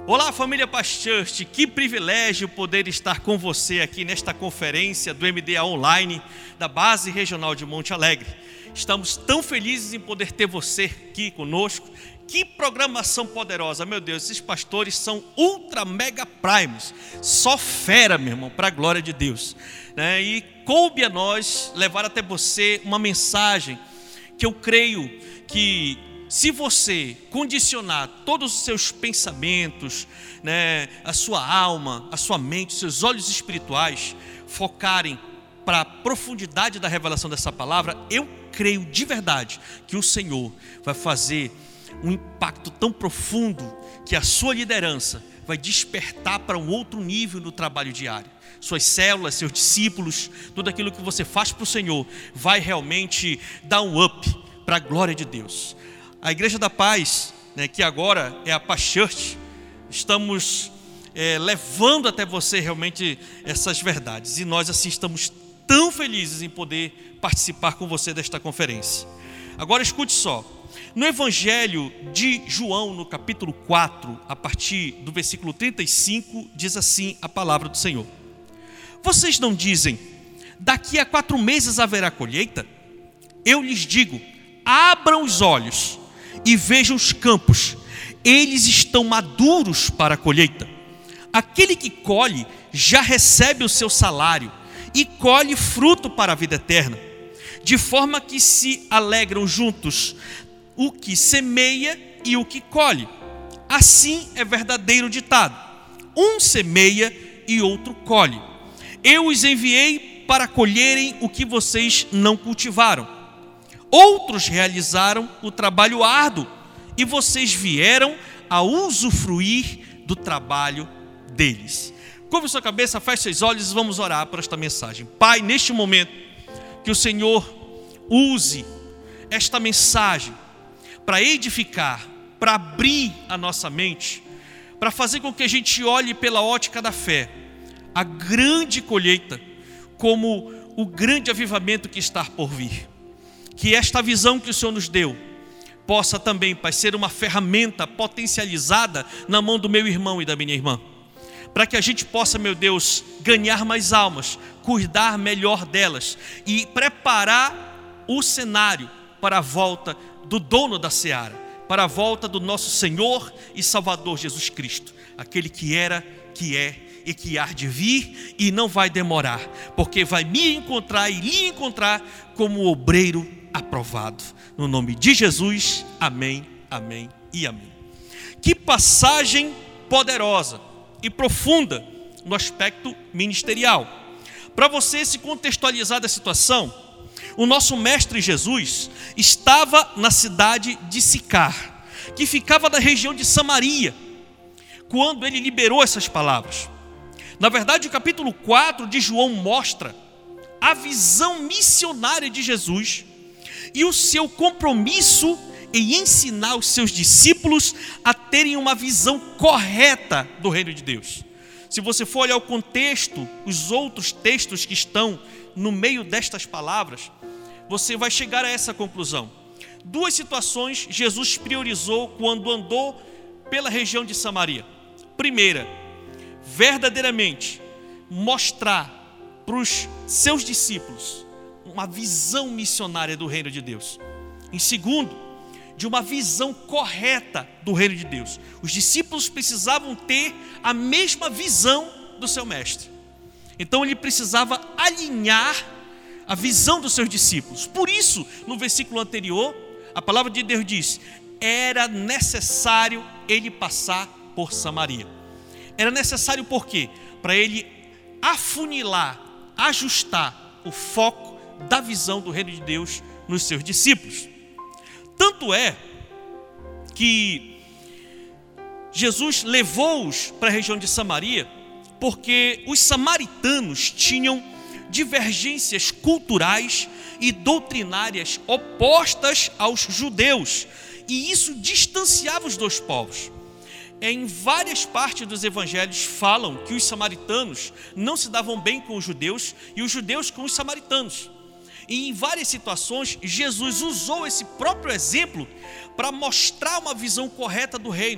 Olá, família Paz Church, que privilégio poder estar com você aqui nesta conferência do MDA Online da Base Regional de Monte Alegre. Estamos tão felizes em poder ter você aqui conosco. Que programação poderosa, meu Deus, esses pastores são ultra mega primes, só fera, meu irmão, para a glória de Deus, né? E coube a nós levar até você uma mensagem que eu creio que, se você condicionar todos os seus pensamentos, né, a sua alma, a sua mente, os seus olhos espirituais, focarem para a profundidade da revelação dessa palavra, eu creio de verdade que o Senhor vai fazer um impacto tão profundo que a sua liderança vai despertar para um outro nível no trabalho diário. Suas células, seus discípulos, tudo aquilo que você faz para o Senhor vai realmente dar um up para a glória de Deus. A Igreja da Paz, né, que agora é a Paz Church, estamos levando até você realmente essas verdades. E nós assim estamos tão felizes em poder participar com você desta conferência. Agora escute só. No Evangelho de João, no capítulo 4, a partir do versículo 35, diz assim a palavra do Senhor. Vocês não dizem, daqui a 4 meses haverá colheita? Eu lhes digo, abram os olhos e vejam os campos, eles estão maduros para a colheita. Aquele que colhe já recebe o seu salário e colhe fruto para a vida eterna, de forma que se alegram juntos o que semeia e o que colhe. Assim é verdadeiro ditado: um semeia e outro colhe. Eu os enviei para colherem o que vocês não cultivaram. Outros realizaram o trabalho árduo e vocês vieram a usufruir do trabalho deles. Curva sua cabeça, feche seus olhos e vamos orar por esta mensagem. Pai, neste momento, que o Senhor use esta mensagem para edificar, para abrir a nossa mente, para fazer com que a gente olhe pela ótica da fé a grande colheita como o grande avivamento que está por vir. Que esta visão que o Senhor nos deu possa também, Pai, ser uma ferramenta potencializada na mão do meu irmão e da minha irmã, para que a gente possa, meu Deus, ganhar mais almas, cuidar melhor delas e preparar o cenário para a volta do dono da seara, para a volta do nosso Senhor e Salvador Jesus Cristo, aquele que era, que é e que há de vir e não vai demorar, porque vai me encontrar e lhe encontrar como obreiro aprovado. No nome de Jesus, amém, amém e amém. Que passagem poderosa e profunda no aspecto ministerial. Para você se contextualizar da situação, o nosso mestre Jesus estava na cidade de Sicar, que ficava na região de Samaria, quando ele liberou essas palavras. Na verdade, o capítulo 4 de João mostra a visão missionária de Jesus e o seu compromisso em ensinar os seus discípulos a terem uma visão correta do reino de Deus. Se você for olhar o contexto, os outros textos que estão no meio destas palavras, você vai chegar a essa conclusão. 2 situações Jesus priorizou quando andou pela região de Samaria. Primeira, verdadeiramente mostrar para os seus discípulos uma visão missionária do reino de Deus. Em segundo, de uma visão correta do reino de Deus. Os discípulos precisavam ter a mesma visão do seu mestre. Então ele precisava alinhar a visão dos seus discípulos. Por isso, no versículo anterior, a palavra de Deus diz: era necessário ele passar por Samaria. Era necessário por quê? Para ele afunilar, ajustar o foco da visão do reino de Deus nos seus discípulos. Tanto é que Jesus levou-os para a região de Samaria porque os samaritanos tinham divergências culturais e doutrinárias opostas aos judeus, e isso distanciava os dois povos. Em várias partes dos evangelhos falam que os samaritanos não se davam bem com os judeus e os judeus com os samaritanos. E em várias situações, Jesus usou esse próprio exemplo para mostrar uma visão correta do reino,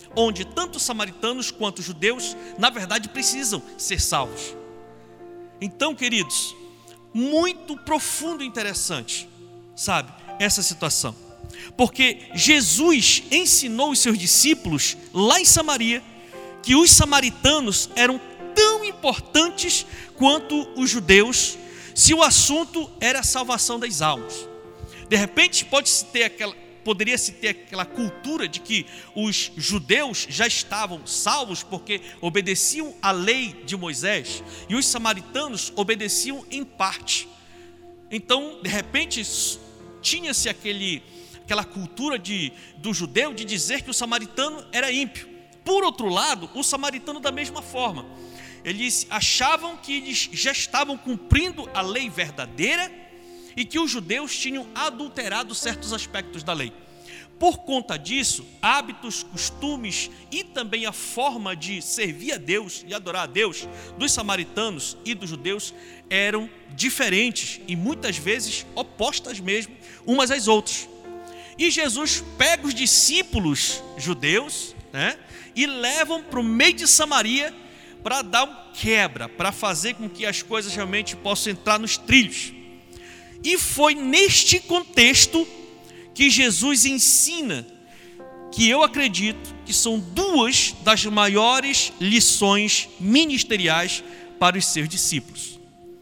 onde tanto os samaritanos quanto os judeus, na verdade, precisam ser salvos. Então, queridos, muito profundo e interessante, sabe, essa situação. Porque Jesus ensinou os seus discípulos lá em Samaria que os samaritanos eram tão importantes quanto os judeus, se o assunto era a salvação das almas. De repente poderia-se ter aquela cultura de que os judeus já estavam salvos porque obedeciam à lei de Moisés e os samaritanos obedeciam em parte. Então, de repente, tinha-se aquela cultura do judeu de dizer que o samaritano era ímpio. Por outro lado, o samaritano da mesma forma. Eles achavam que eles já estavam cumprindo a lei verdadeira e que os judeus tinham adulterado certos aspectos da lei. Por conta disso, hábitos, costumes e também a forma de servir a Deus e adorar a Deus dos samaritanos e dos judeus eram diferentes e muitas vezes opostas mesmo umas às outras. E Jesus pega os discípulos judeus, e levam para o meio de Samaria para dar um quebra, para fazer com que as coisas realmente possam entrar nos trilhos. E foi neste contexto que Jesus ensina, que eu acredito que são duas das maiores lições ministeriais para os seus discípulos.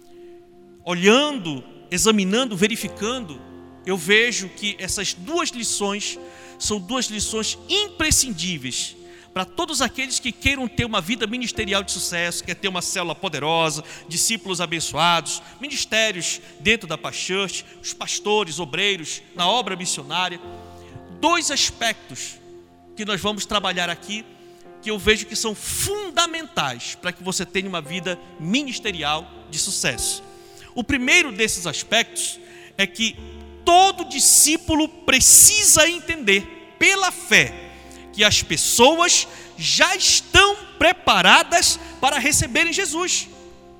Olhando, examinando, verificando, eu vejo que essas duas lições são duas lições imprescindíveis para todos aqueles que queiram ter uma vida ministerial de sucesso, quer ter uma célula poderosa, discípulos abençoados, ministérios dentro da Paz Church, os pastores, obreiros, na obra missionária. Dois aspectos que nós vamos trabalhar aqui, que eu vejo que são fundamentais para que você tenha uma vida ministerial de sucesso. O primeiro desses aspectos é que todo discípulo precisa entender, pela fé, que as pessoas já estão preparadas para receberem Jesus.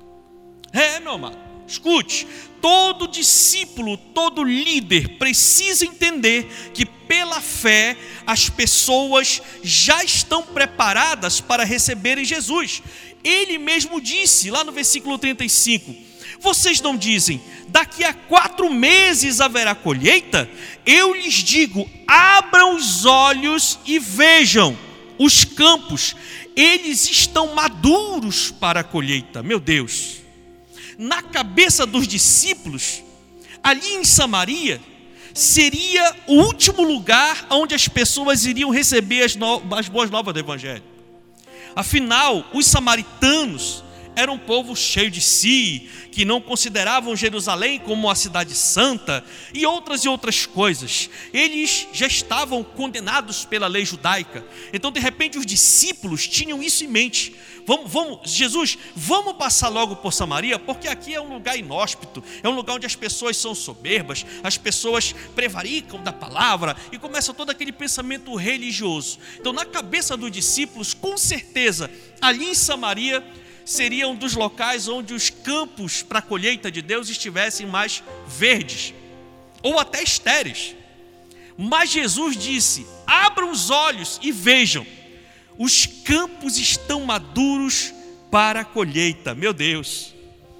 Meu amado, escute, todo discípulo, todo líder precisa entender que pela fé as pessoas já estão preparadas para receberem Jesus. Ele mesmo disse lá no versículo 35, vocês não dizem, daqui a 4 meses haverá colheita? Eu lhes digo, abram os olhos e vejam os campos, eles estão maduros para a colheita. Meu Deus, na cabeça dos discípulos, ali em Samaria, seria o último lugar onde as pessoas iriam receber as boas novas do Evangelho. Afinal, os samaritanos era um povo cheio de si, que não consideravam Jerusalém como uma cidade santa e outras coisas. Eles já estavam condenados pela lei judaica. Então, de repente, os discípulos tinham isso em mente. Jesus, vamos passar logo por Samaria, porque aqui é um lugar inóspito, é um lugar onde as pessoas são soberbas, as pessoas prevaricam da palavra e começa todo aquele pensamento religioso. Então, na cabeça dos discípulos, com certeza, ali em Samaria, seria um dos locais onde os campos para a colheita de Deus estivessem mais verdes, ou até estéreis. Mas Jesus disse, abram os olhos e vejam, os campos estão maduros para a colheita. Meu Deus,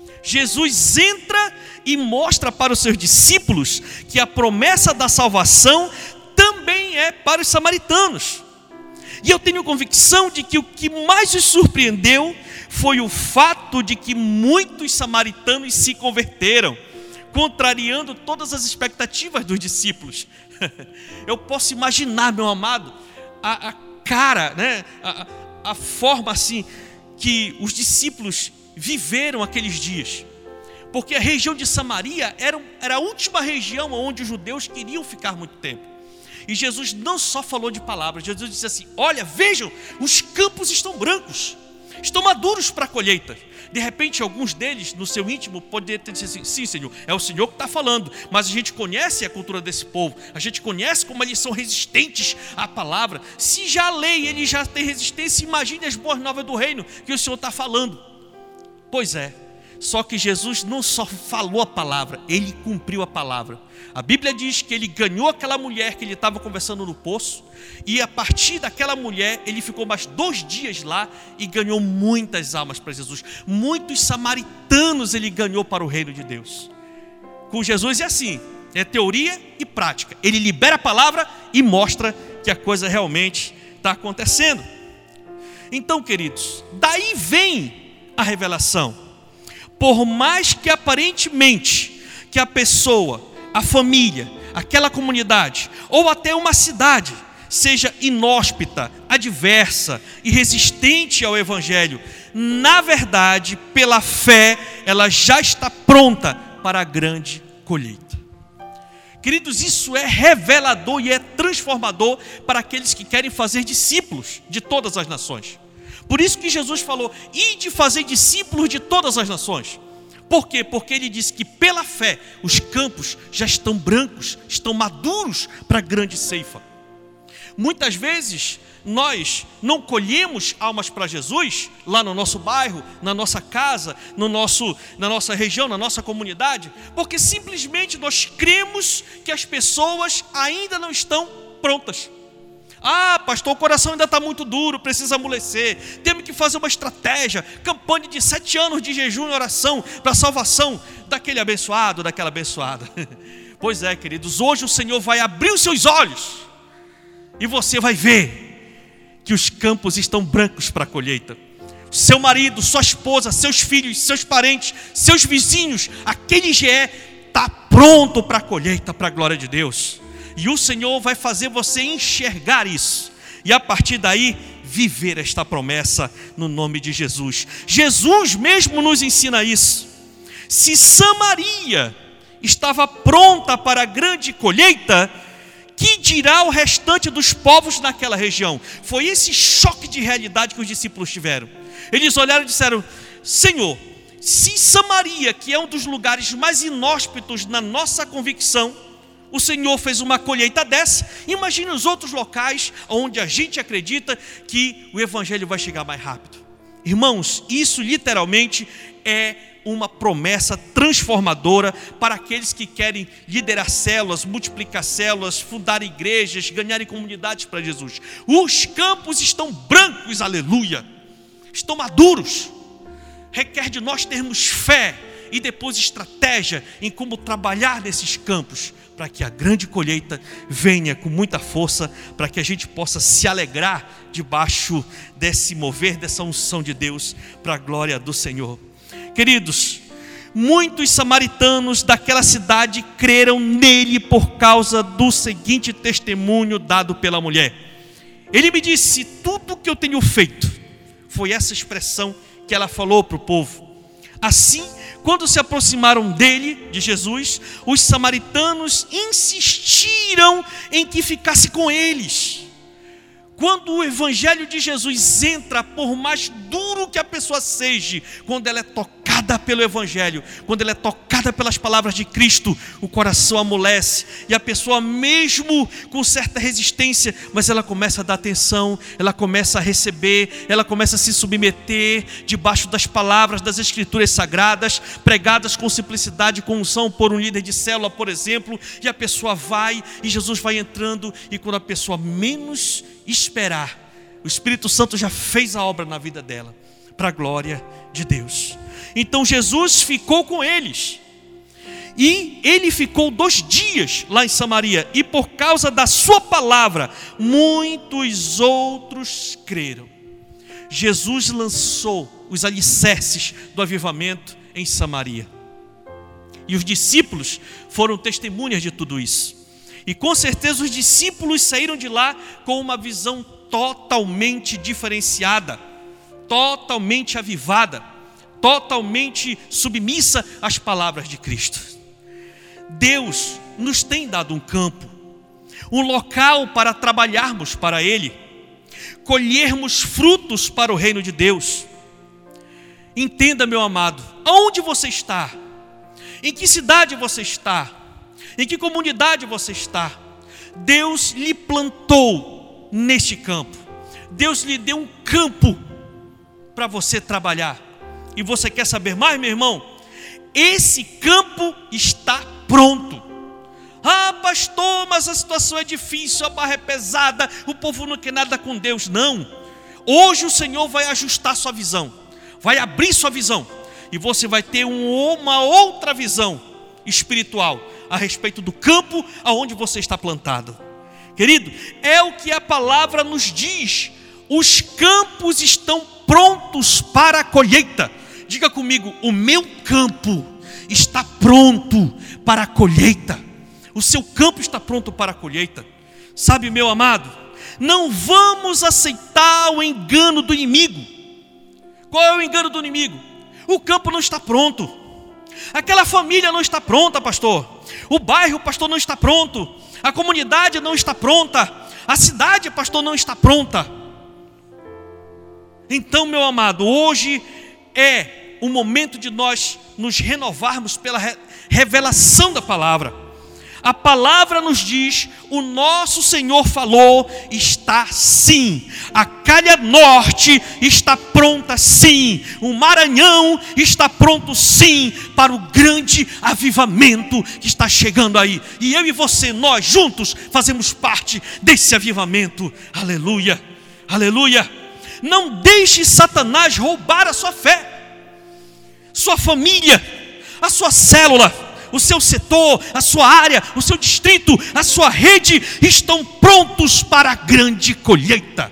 Jesus entra e mostra para os seus discípulos que a promessa da salvação também é para os samaritanos. E eu tenho convicção de que o que mais os surpreendeu foi o fato de que muitos samaritanos se converteram, contrariando todas as expectativas dos discípulos. Eu posso imaginar, meu amado, a cara, a forma assim que os discípulos viveram aqueles dias. Porque a região de Samaria era a última região onde os judeus queriam ficar muito tempo. E Jesus não só falou de palavras, Jesus disse assim, olha, vejam, os campos estão brancos, estão maduros para a colheita. De repente, alguns deles, no seu íntimo, poderiam ter dito assim, sim, Senhor, é o Senhor que está falando, mas a gente conhece a cultura desse povo, a gente conhece como eles são resistentes à palavra. Se já a lei, ele já tem resistência, imagine as boas novas do reino que o Senhor está falando. Pois é, Só que Jesus não só falou a palavra, ele cumpriu a palavra. A Bíblia diz que ele ganhou aquela mulher que ele estava conversando no poço, e a partir daquela mulher ele ficou mais 2 dias lá e ganhou muitas almas para Jesus. Muitos samaritanos ele ganhou para o reino de Deus. Com Jesus é assim, é teoria e prática. Ele libera a palavra e mostra que a coisa realmente está acontecendo. Então, queridos, daí vem a revelação. Por mais que aparentemente que a pessoa, a família, aquela comunidade ou até uma cidade seja inóspita, adversa e resistente ao Evangelho, na verdade, pela fé, ela já está pronta para a grande colheita. Queridos, isso é revelador e é transformador para aqueles que querem fazer discípulos de todas as nações. Por isso que Jesus falou, ide fazer discípulos de todas as nações. Por quê? Porque ele disse que pela fé os campos já estão brancos, estão maduros para a grande ceifa. Muitas vezes nós não colhemos almas para Jesus lá no nosso bairro, na nossa casa, na nossa região, na nossa comunidade, porque simplesmente nós cremos que as pessoas ainda não estão prontas. Ah, pastor, o coração ainda está muito duro, precisa amolecer. Temos que fazer uma estratégia, campanha de 7 anos de jejum e oração para a salvação daquele abençoado, daquela abençoada. Pois é, queridos, hoje o Senhor vai abrir os seus olhos e você vai ver que os campos estão brancos para a colheita. Seu marido, sua esposa, seus filhos, seus parentes, seus vizinhos, aquele GE está pronto para a colheita, para a glória de Deus. E o Senhor vai fazer você enxergar isso. E a partir daí, viver esta promessa no nome de Jesus. Jesus mesmo nos ensina isso. Se Samaria estava pronta para a grande colheita, que dirá o restante dos povos naquela região? Foi esse choque de realidade que os discípulos tiveram. Eles olharam e disseram, Senhor, se Samaria, que é um dos lugares mais inóspitos na nossa convicção, o Senhor fez uma colheita dessa, imagine os outros locais onde a gente acredita que o Evangelho vai chegar mais rápido. Irmãos, isso literalmente é uma promessa transformadora para aqueles que querem liderar células, multiplicar células, fundar igrejas, ganharem comunidades para Jesus. Os campos estão brancos, aleluia, estão maduros. Requer de nós termos fé e depois estratégia em como trabalhar nesses campos, para que a grande colheita venha com muita força, para que a gente possa se alegrar debaixo desse mover, dessa unção de Deus, para a glória do Senhor. Queridos, muitos samaritanos daquela cidade creram nele por causa do seguinte testemunho dado pela mulher. Ele me disse, tudo o que eu tenho feito, foi essa expressão que ela falou para o povo. Assim, quando se aproximaram dele, de Jesus, os samaritanos insistiram em que ficasse com eles. Quando o Evangelho de Jesus entra, por mais duro que a pessoa seja, quando ela é tocada pelo Evangelho, quando ela é tocada pelas palavras de Cristo, o coração amolece, e a pessoa mesmo com certa resistência, mas ela começa a dar atenção, ela começa a receber, ela começa a se submeter debaixo das palavras das Escrituras Sagradas, pregadas com simplicidade, com unção por um líder de célula, por exemplo, e a pessoa vai, e Jesus vai entrando, e quando a pessoa menos esperar, o Espírito Santo já fez a obra na vida dela, para a glória de Deus. Então Jesus ficou com eles, e ele ficou 2 dias lá em Samaria, e por causa da sua palavra, muitos outros creram. Jesus lançou os alicerces do avivamento em Samaria, e os discípulos foram testemunhas de tudo isso. E com certeza os discípulos saíram de lá com uma visão totalmente diferenciada, totalmente avivada, totalmente submissa às palavras de Cristo. Deus nos tem dado um campo, um local para trabalharmos para Ele, colhermos frutos para o reino de Deus. Entenda, meu amado, aonde você está? Em que cidade você está? Em que comunidade você está? Deus lhe plantou neste campo. Deus lhe deu um campo para você trabalhar. E você quer saber mais, meu irmão? Esse campo está pronto. Ah, pastor, mas a situação é difícil, a barra é pesada, o povo não quer nada com Deus. Não. Hoje o Senhor vai ajustar sua visão, vai abrir sua visão, e você vai ter uma outra visão espiritual a respeito do campo aonde você está plantado. Querido, é o que a palavra nos diz. Os campos estão prontos para a colheita. Diga comigo, o meu campo está pronto para a colheita. O seu campo está pronto para a colheita. Sabe, meu amado, não vamos aceitar o engano do inimigo. Qual é o engano do inimigo? O campo não está pronto. Aquela família não está pronta, pastor. O bairro, pastor, não está pronto. A comunidade não está pronta. A cidade, pastor, não está pronta. Então, meu amado, hoje é o momento de nós nos renovarmos pela revelação da palavra. A palavra nos diz, o nosso Senhor falou, está sim. A Calha Norte está pronta sim. O Maranhão está pronto sim para o grande avivamento que está chegando aí. E eu e você, nós juntos, fazemos parte desse avivamento. Aleluia, aleluia. Não deixe Satanás roubar a sua fé, sua família, a sua célula, o seu setor, a sua área, o seu distrito, a sua rede estão prontos para a grande colheita.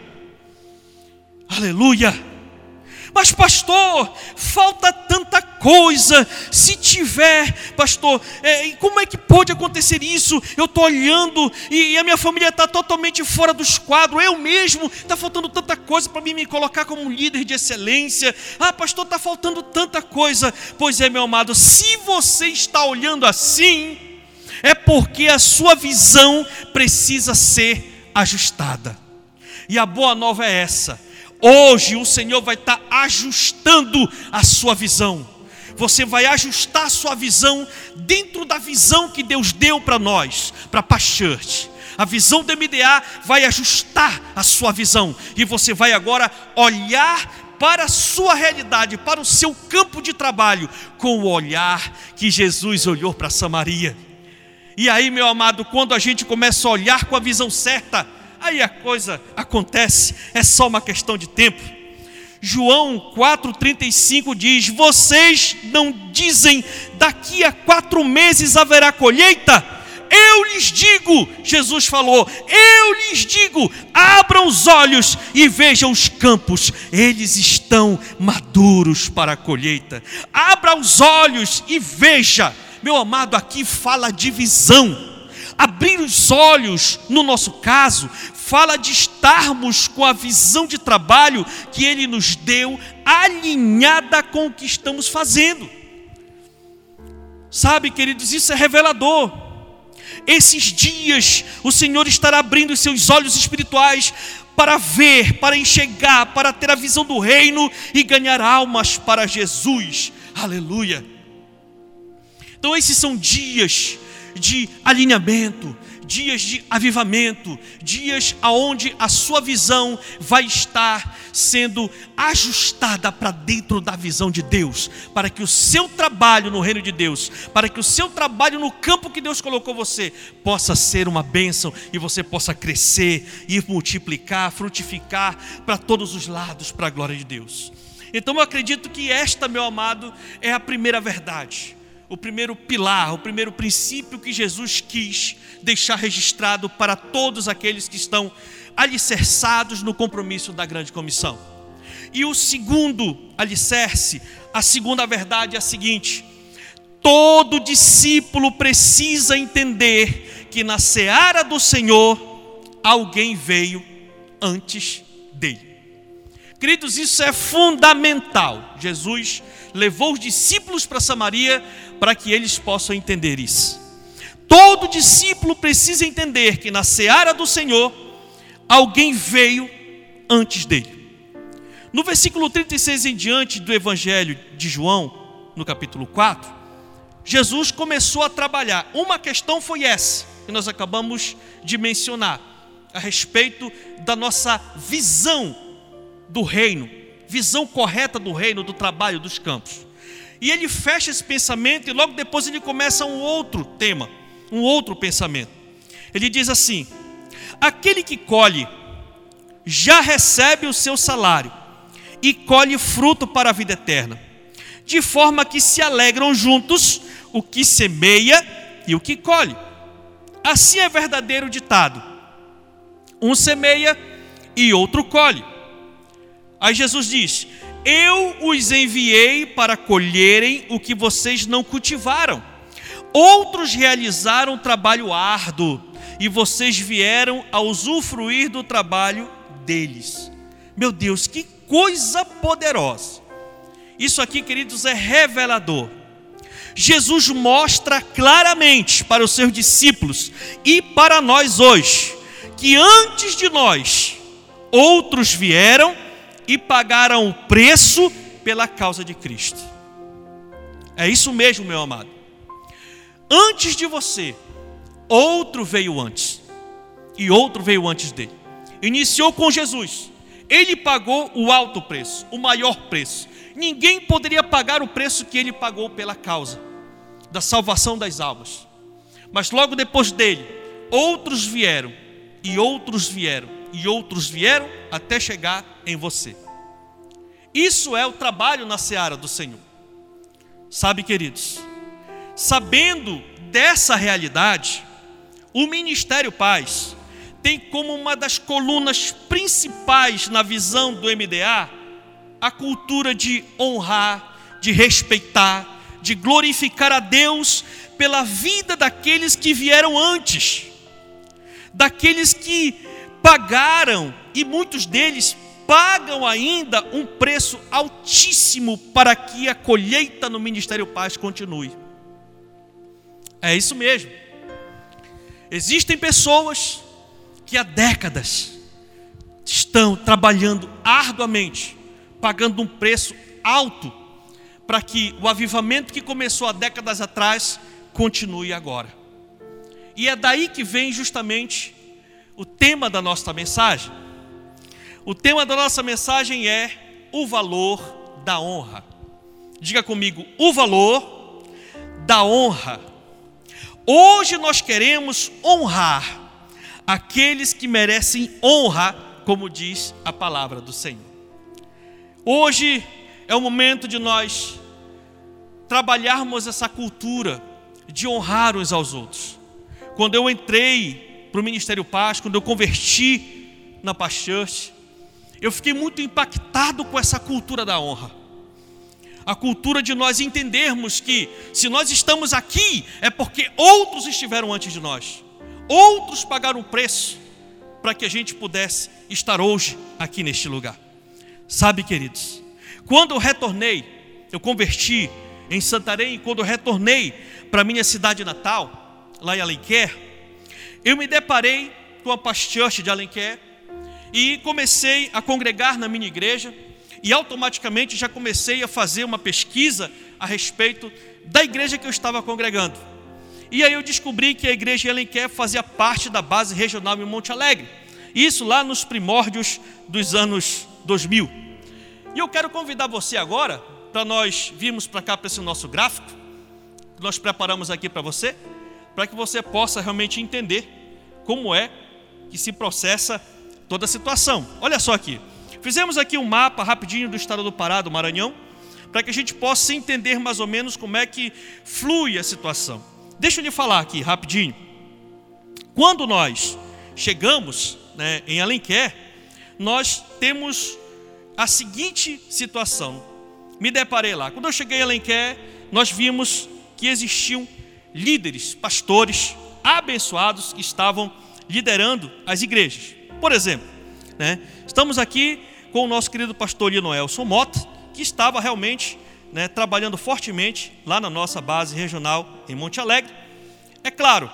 Aleluia. Mas pastor, falta tanta coisa. Se tiver, pastor, como é que pode acontecer isso? Eu estou olhando e a minha família está totalmente fora dos quadros. Eu mesmo, está faltando tanta coisa para mim me colocar como líder de excelência. Ah, pastor, está faltando tanta coisa. Pois é, meu amado, se você está olhando assim, é porque a sua visão precisa ser ajustada. E a boa nova é essa. Hoje o Senhor vai estar ajustando a sua visão. Você vai ajustar a sua visão dentro da visão que Deus deu para nós, para a Paz Church. A visão do MDA vai ajustar a sua visão. E você vai agora olhar para a sua realidade, para o seu campo de trabalho, com o olhar que Jesus olhou para Samaria. E aí, meu amado, quando a gente começa a olhar com a visão certa, aí a coisa acontece, é só uma questão de tempo. João 4,35 diz, vocês não dizem, daqui a 4 meses haverá colheita? Eu lhes digo, Jesus falou, eu lhes digo, abram os olhos e vejam os campos, eles estão maduros para a colheita. Abra os olhos e veja, meu amado, aqui fala de visão. Abrir os olhos, no nosso caso, fala de estarmos com a visão de trabalho que Ele nos deu, alinhada com o que estamos fazendo. Sabe, queridos, isso é revelador. Esses dias, o Senhor estará abrindo os seus olhos espirituais para ver, para enxergar, para ter a visão do reino e ganhar almas para Jesus. Aleluia. Então esses são dias de alinhamento, dias de avivamento, dias aonde a sua visão vai estar sendo ajustada para dentro da visão de Deus, para que o seu trabalho no reino de Deus, para que o seu trabalho no campo que Deus colocou você, possa ser uma bênção e você possa crescer e multiplicar, frutificar para todos os lados, para a glória de Deus. Então eu acredito que esta, meu amado, é a primeira verdade, o primeiro pilar, o primeiro princípio que Jesus quis deixar registrado para todos aqueles que estão alicerçados no compromisso da grande comissão. E o segundo alicerce, a segunda verdade é a seguinte: todo discípulo precisa entender que na seara do Senhor alguém veio antes dele. Queridos, isso é fundamental. Jesus levou os discípulos para Samaria para que eles possam entender isso. Todo discípulo precisa entender que na seara do Senhor alguém veio antes dele. No versículo 36 em diante do Evangelho de João, no capítulo 4, Jesus começou a trabalhar. Uma questão foi essa, que nós acabamos de mencionar, a respeito da nossa visão do reino, visão correta do reino, do trabalho, dos campos. E ele fecha esse pensamento e logo depois ele começa um outro tema, um outro pensamento. Ele diz assim: aquele que colhe já recebe o seu salário e colhe fruto para a vida eterna, de forma que se alegram juntos o que semeia e o que colhe. Assim é verdadeiro ditado: um semeia e outro colhe. Aí Jesus diz: eu os enviei para colherem o que vocês não cultivaram. Outros realizaram trabalho árduo e vocês vieram a usufruir do trabalho deles. Meu Deus, que coisa poderosa! Isso aqui, queridos, é revelador. Jesus mostra claramente para os seus discípulos e para nós hoje, que antes de nós, outros vieram e pagaram o preço pela causa de Cristo. É isso mesmo, meu amado. Antes de você, outro veio antes, e outro veio antes dele. Iniciou com Jesus. Ele pagou o alto preço, o maior preço. Ninguém poderia pagar o preço que ele pagou pela causa da salvação das almas. Mas logo depois dele, outros vieram, e outros vieram, e outros vieram, até chegar em você. Isso é o trabalho na seara do Senhor. Sabe, queridos, sabendo dessa realidade, o Ministério Paz tem como uma das colunas principais na visão do MDA a cultura de honrar, de respeitar, de glorificar a Deus pela vida daqueles que vieram antes, daqueles que pagaram, e muitos deles pagam ainda um preço altíssimo para que a colheita no Ministério Paz continue. É isso mesmo. Existem pessoas que há décadas estão trabalhando arduamente, pagando um preço alto para que o avivamento que começou há décadas atrás continue agora. E é daí que vem justamente o tema da nossa mensagem. O tema da nossa mensagem é o valor da honra. Diga comigo: o valor da honra. Hoje nós queremos honrar aqueles que merecem honra, como diz a palavra do Senhor. Hoje é o momento de nós trabalharmos essa cultura de honrar uns aos outros. Quando eu entrei para o Ministério Paz, quando eu converti na Paz Church, eu fiquei muito impactado com essa cultura da honra. A cultura de nós entendermos que se nós estamos aqui é porque outros estiveram antes de nós. Outros pagaram o preço para que a gente pudesse estar hoje aqui neste lugar. Sabe, queridos, quando eu retornei, eu converti em Santarém, quando eu retornei para a minha cidade natal, lá em Alenquer, eu me deparei com a Paz Church de Alenquer e comecei a congregar na minha igreja e automaticamente já comecei a fazer uma pesquisa a respeito da igreja que eu estava congregando. E aí eu descobri que a igreja em Alenquer fazia parte da base regional em Monte Alegre. Isso lá nos primórdios dos anos 2000. E eu quero convidar você agora para nós virmos para cá, para esse nosso gráfico, que nós preparamos aqui para você, para que você possa realmente entender como é que se processa toda a situação. Olha só aqui. Fizemos aqui um mapa rapidinho do estado do Pará, do Maranhão, para que a gente possa entender mais ou menos como é que flui a situação. Deixa eu lhe falar aqui rapidinho. Quando nós chegamos, em Alenquer, nós temos a seguinte situação. Me deparei lá. Quando eu cheguei em Alenquer, nós vimos que existiam líderes, pastores abençoados que estavam liderando as igrejas. Por exemplo, estamos aqui com o nosso querido pastor Linoelson Mota, que estava realmente trabalhando fortemente lá na nossa base regional em Monte Alegre. É claro,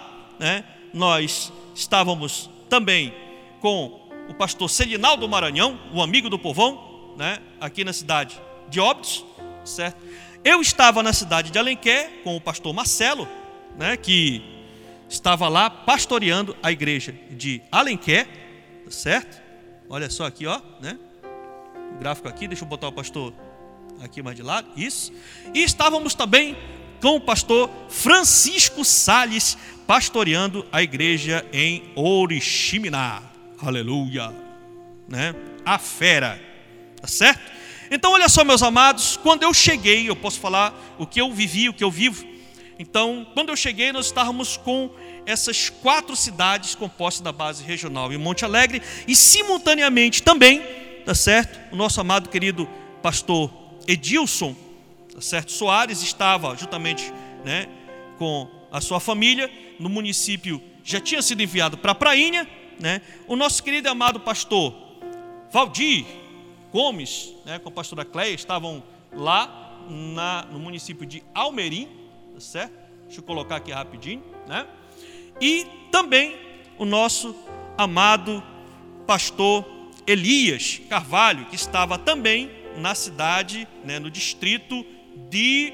nós estávamos também com o pastor Celinaldo Maranhão, o amigo do povão, aqui na cidade de Óbidos, certo? Eu estava na cidade de Alenquer com o pastor Marcelo, que estava lá pastoreando a igreja de Alenquer, certo? Olha só aqui, ó, gráfico aqui, deixa eu botar o pastor aqui mais de lado, isso. E estávamos também com o pastor Francisco Salles, pastoreando a igreja em Oriximiná. Aleluia, né? A fera, tá certo? Então olha só, meus amados, quando eu cheguei, eu posso falar o que eu vivi, o que eu vivo. Então, quando eu cheguei, nós estávamos com essas 4 cidades compostas da base regional em Monte Alegre, e simultaneamente também, tá certo? O nosso amado querido pastor Edilson, tá certo? Soares estava juntamente, né, com a sua família no município, já tinha sido enviado para Prainha, né? O nosso querido e amado pastor Valdir Gomes, né, com a pastora Cleia, estavam lá no município de Almerim, tá certo? Deixa eu colocar aqui rapidinho, né? E também o nosso amado pastor Elias Carvalho, que estava também na cidade, né, no distrito de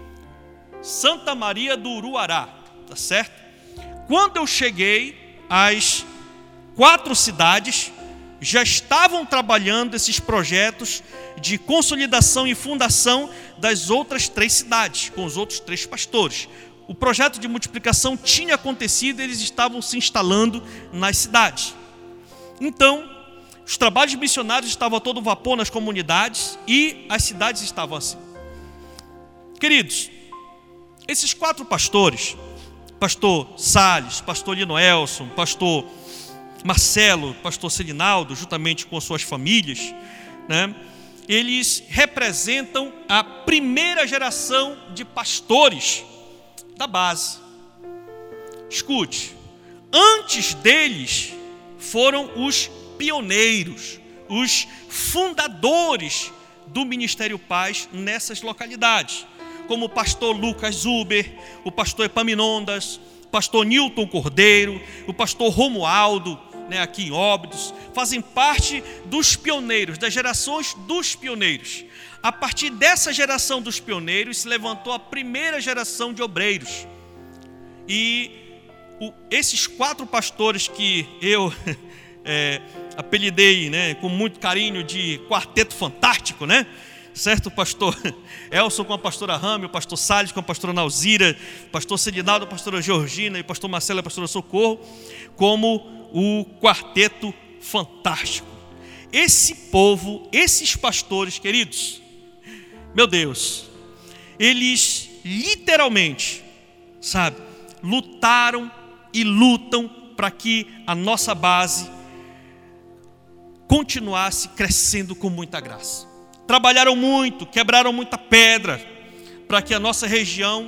Santa Maria do Uruará, tá certo? Quando eu cheguei, as 4 cidades já estavam trabalhando esses projetos de consolidação e fundação das outras 3 cidades, com os outros 3 pastores. O projeto de multiplicação tinha acontecido, eles estavam se instalando nas cidades. Então, os trabalhos missionários estavam a todo vapor nas comunidades e as cidades estavam assim. Queridos, esses 4 pastores, pastor Salles, pastor Linoelson, pastor Marcelo, pastor Celinaldo, juntamente com suas famílias, né, eles representam a primeira geração de pastores da base. Escute, antes deles foram os pioneiros, os fundadores do Ministério Paz nessas localidades, como o pastor Lucas Zuber, o pastor Epaminondas, o pastor Nilton Cordeiro, o pastor Romualdo, né, aqui em Óbidos, fazem parte dos pioneiros, das gerações dos pioneiros. A partir dessa geração dos pioneiros se levantou a primeira geração de obreiros. E esses 4 pastores que eu apelidei, né, com muito carinho de quarteto fantástico, né? Certo? O pastor Elson com a pastora Rami, o pastor Salles com a pastora Nauzira, o pastor Celinaldo, a pastora Georgina e o pastor Marcelo e a pastora Socorro, como o quarteto fantástico. Esse povo, esses pastores, queridos, meu Deus, eles literalmente, sabe, lutaram e lutam para que a nossa base continuasse crescendo com muita graça. Trabalharam muito, quebraram muita pedra para que a nossa região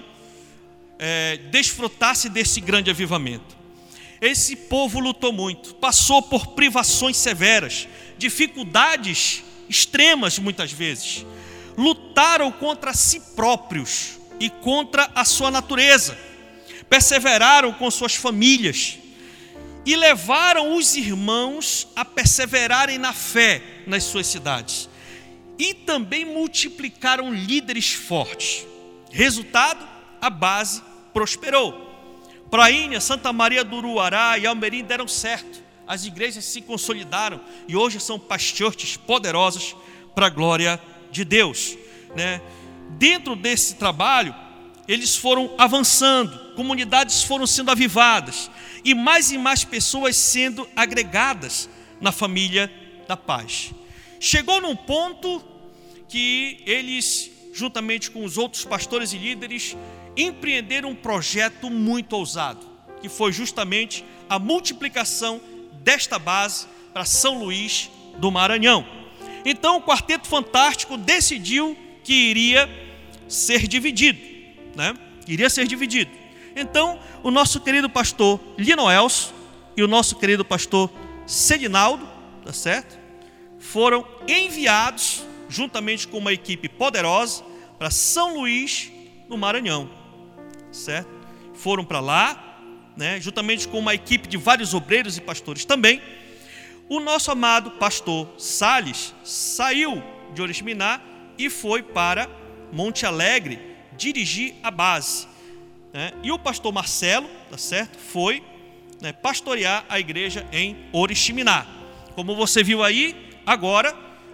desfrutasse desse grande avivamento. Esse povo lutou muito, passou por privações severas, dificuldades extremas muitas vezes. Lutaram contra si próprios e contra a sua natureza. Perseveraram com suas famílias e levaram os irmãos a perseverarem na fé nas suas cidades. E também multiplicaram líderes fortes. Resultado, a base prosperou. Prainha, Santa Maria do Uruará e Almerim deram certo. As igrejas se consolidaram e hoje são pastores poderosos para a glória de Deus, né? Dentro desse trabalho, eles foram avançando, comunidades foram sendo avivadas e mais pessoas sendo agregadas na família da paz. Chegou num ponto que eles, juntamente com os outros pastores e líderes, empreenderam um projeto muito ousado, que foi justamente a multiplicação desta base para São Luís do Maranhão. Então o Quarteto Fantástico decidiu que iria ser dividido, né? Iria ser dividido. Então o nosso querido pastor Linoelson e o nosso querido pastor Celinaldo, tá certo? Foram enviados juntamente com uma equipe poderosa para São Luís do Maranhão, certo? Foram para lá, né, juntamente com uma equipe de vários obreiros e pastores também. O nosso amado pastor Salles saiu de Oriximiná e foi para Monte Alegre dirigir a base, né? E o pastor Marcelo, tá certo, foi, né, pastorear a igreja em Oriximiná. Como você viu aí, agora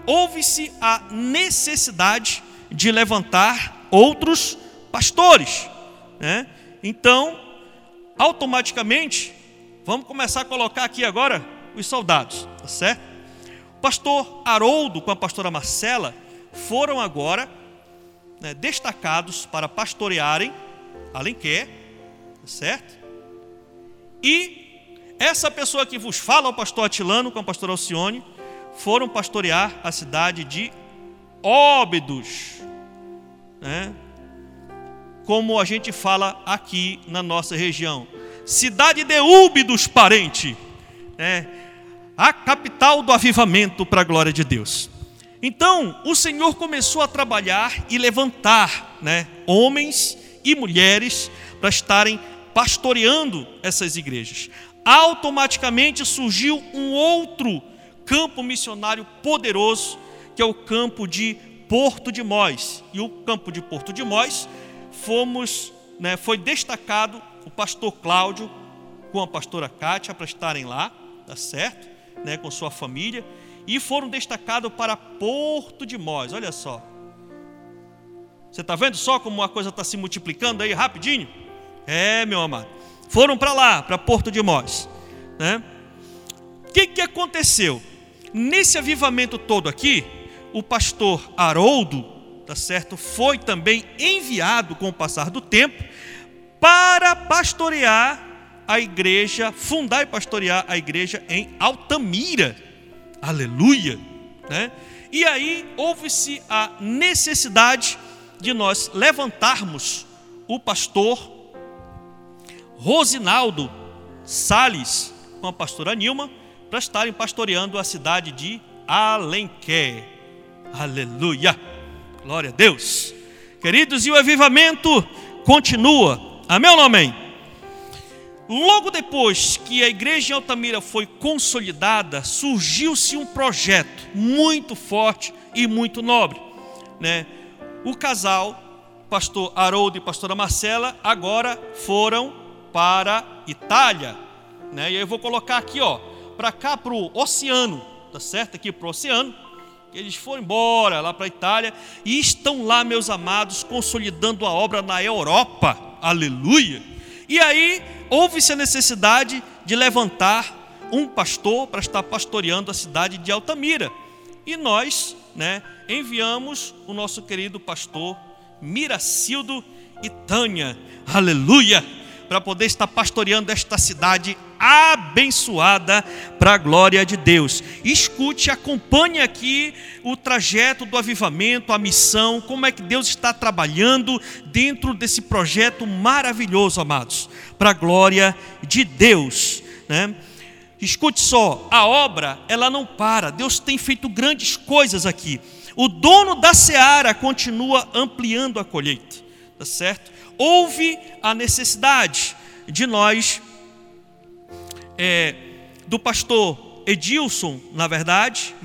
houve-se a necessidade de levantar outros pastores, né? Então, automaticamente, vamos começar a colocar aqui agora os soldados, tá certo? O pastor Haroldo com a pastora Marcela foram agora, né, destacados para pastorearem Alenquer, tá certo? E essa pessoa que vos fala, o pastor Atilano com a pastora Alcione, foram pastorear a cidade de Óbidos, né? Como a gente fala aqui na nossa região, cidade de Úbidos, parente, né? A capital do avivamento para a glória de Deus. Então, o Senhor começou a trabalhar e levantar, né, homens e mulheres para estarem pastoreando essas igrejas. Automaticamente surgiu um outro campo missionário poderoso, que é o campo de Porto de Mós. E o campo de Porto de Mós foi destacado o pastor Cláudio com a pastora Kátia para estarem lá, tá certo? Né, com sua família, e foram destacados para Porto de Mós. Olha só, você está vendo só como a coisa está se multiplicando aí rapidinho? Meu amado, foram para lá, para Porto de Mós, né? O que aconteceu? Nesse avivamento todo aqui, o pastor Haroldo, tá certo, foi também enviado com o passar do tempo para pastorear a igreja, fundar e pastorear a igreja em Altamira. Aleluia, né? E aí houve-se a necessidade de nós levantarmos o pastor Rosinaldo Salles com a pastora Nilma para estarem pastoreando a cidade de Alenquer. Aleluia, glória a Deus. Queridos, e o avivamento continua. Amém ou não amém? Logo depois que a igreja em Altamira foi consolidada, surgiu-se um projeto muito forte e muito nobre, né? O casal, pastor Haroldo e pastora Marcela, agora foram para a Itália, né? E aí eu vou colocar aqui, para cá, para o oceano, tá certo? Aqui para o oceano. Eles foram embora lá para a Itália e estão lá, meus amados, consolidando a obra na Europa. Aleluia! E aí houve-se a necessidade de levantar um pastor para estar pastoreando a cidade de Altamira. E nós, né, enviamos o nosso querido pastor Miracildo e Tânia, aleluia, para poder estar pastoreando esta cidade abençoada para a glória de Deus. Escute, acompanhe aqui o trajeto do avivamento, a missão, como é que Deus está trabalhando dentro desse projeto maravilhoso, amados, para a glória de Deus, né? Escute só, a obra, ela não para. Deus tem feito grandes coisas aqui. O dono da seara continua ampliando a colheita, tá certo? Houve a necessidade de nós, do pastor Edilson, na verdade,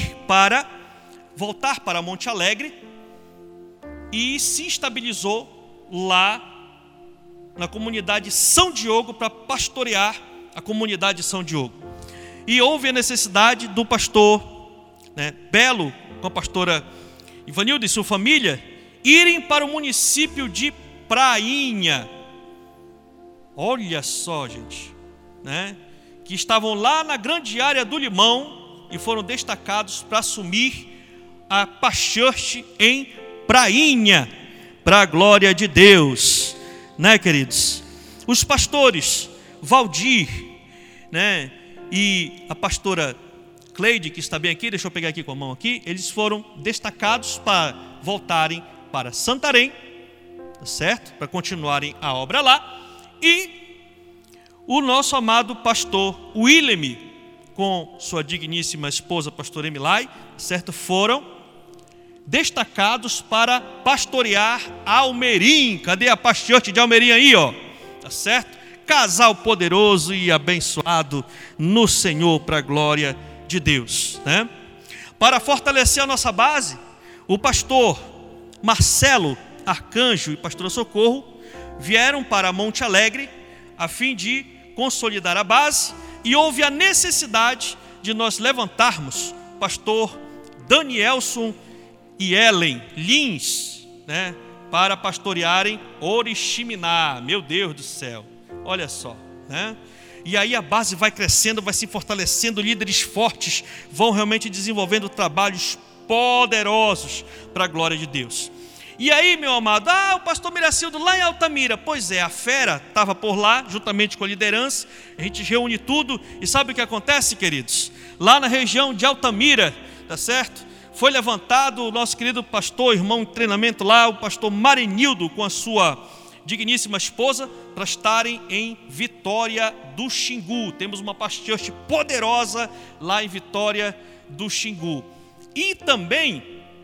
voltar para Monte Alegre e se estabilizou lá na comunidade São Diogo para pastorear a comunidade São Diogo. E houve a necessidade do pastor, né, Belo, com a pastora Ivanilda e sua família, irem para o município de Prainha. Olha só, gente, né? Que estavam lá na grande área do Limão e foram destacados para assumir a Pachurch em Prainha, para a glória de Deus, né, queridos? Os pastores Valdir, né, e a pastora Cleide, que está bem aqui, deixa eu pegar aqui com a mão aqui, eles foram destacados para voltarem para Santarém, tá certo? Para continuarem a obra lá. E o nosso amado pastor Willem, com sua digníssima esposa, pastora Emilai, certo? Foram destacados para pastorear Almerim. Cadê a Pachurch de Almerim aí, tá certo? Casal poderoso e abençoado no Senhor, para a glória de Deus, né? Para fortalecer a nossa base, o pastor Marcelo Arcanjo e pastora Socorro vieram para Monte Alegre a fim de consolidar a base, e houve a necessidade de nós levantarmos pastor Danielson e Ellen Lins, né, para pastorearem Oriximiná. Meu Deus do céu, olha só, né? E aí a base vai crescendo, vai se fortalecendo, líderes fortes vão realmente desenvolvendo trabalhos poderosos para a glória de Deus. E aí, meu amado, o pastor Miracildo lá em Altamira, pois é, a fera estava por lá, juntamente com a liderança, a gente reúne tudo, e sabe o que acontece, queridos? Lá na região de Altamira, tá certo? Foi levantado o nosso querido pastor, irmão em treinamento lá, o pastor Marinildo, com a sua digníssima esposa, para estarem em Vitória do Xingu. Temos uma pastioche poderosa lá em Vitória do Xingu. E também,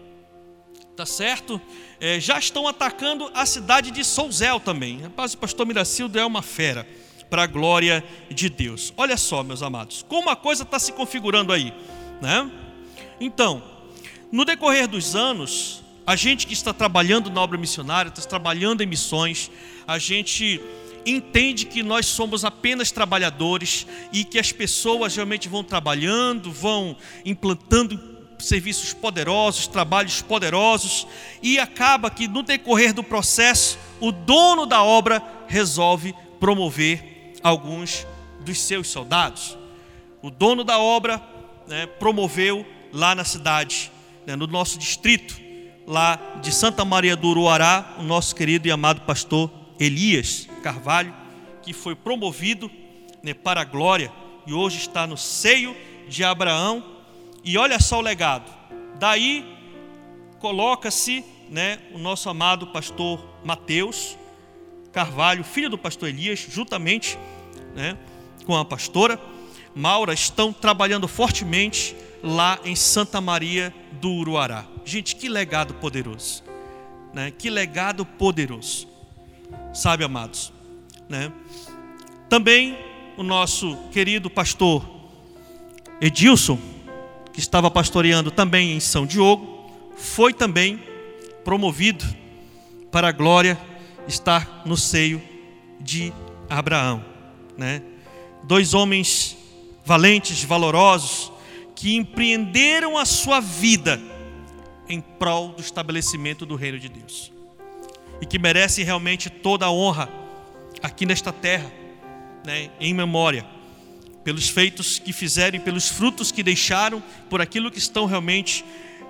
tá certo? Já estão atacando a cidade de Souzel também. Rapaz, o pastor Miracildo é uma fera, para a glória de Deus. Olha só, meus amados, como a coisa está se configurando aí, né? Então, no decorrer dos anos, a gente que está trabalhando na obra missionária, está trabalhando em missões, a gente entende que nós somos apenas trabalhadores e que as pessoas realmente vão trabalhando, vão implantando serviços poderosos, trabalhos poderosos, e acaba que no decorrer do processo, o dono da obra resolve promover alguns dos seus soldados. O dono da obra, né, promoveu lá na cidade, né, no nosso distrito, lá de Santa Maria do Uruará, o nosso querido e amado pastor Elias Carvalho, que foi promovido, né, para a glória, e hoje está no seio de Abraão. E olha só o legado. Daí coloca-se, né, o nosso amado pastor Mateus Carvalho, filho do pastor Elias, juntamente, né, com a pastora Maura, estão trabalhando fortemente lá em Santa Maria do Uruará. Gente, que legado poderoso, né? Que legado poderoso, sabe, amados, né? Também o nosso querido pastor Edilson, que estava pastoreando também em São Diogo, foi também promovido para a glória, estar no seio de Abraão, né? Dois homens valentes, valorosos, que empreenderam a sua vida em prol do estabelecimento do reino de Deus, e que merecem realmente toda a honra aqui nesta terra, né, em memória, pelos feitos que fizeram, pelos frutos que deixaram, por aquilo que estão realmente,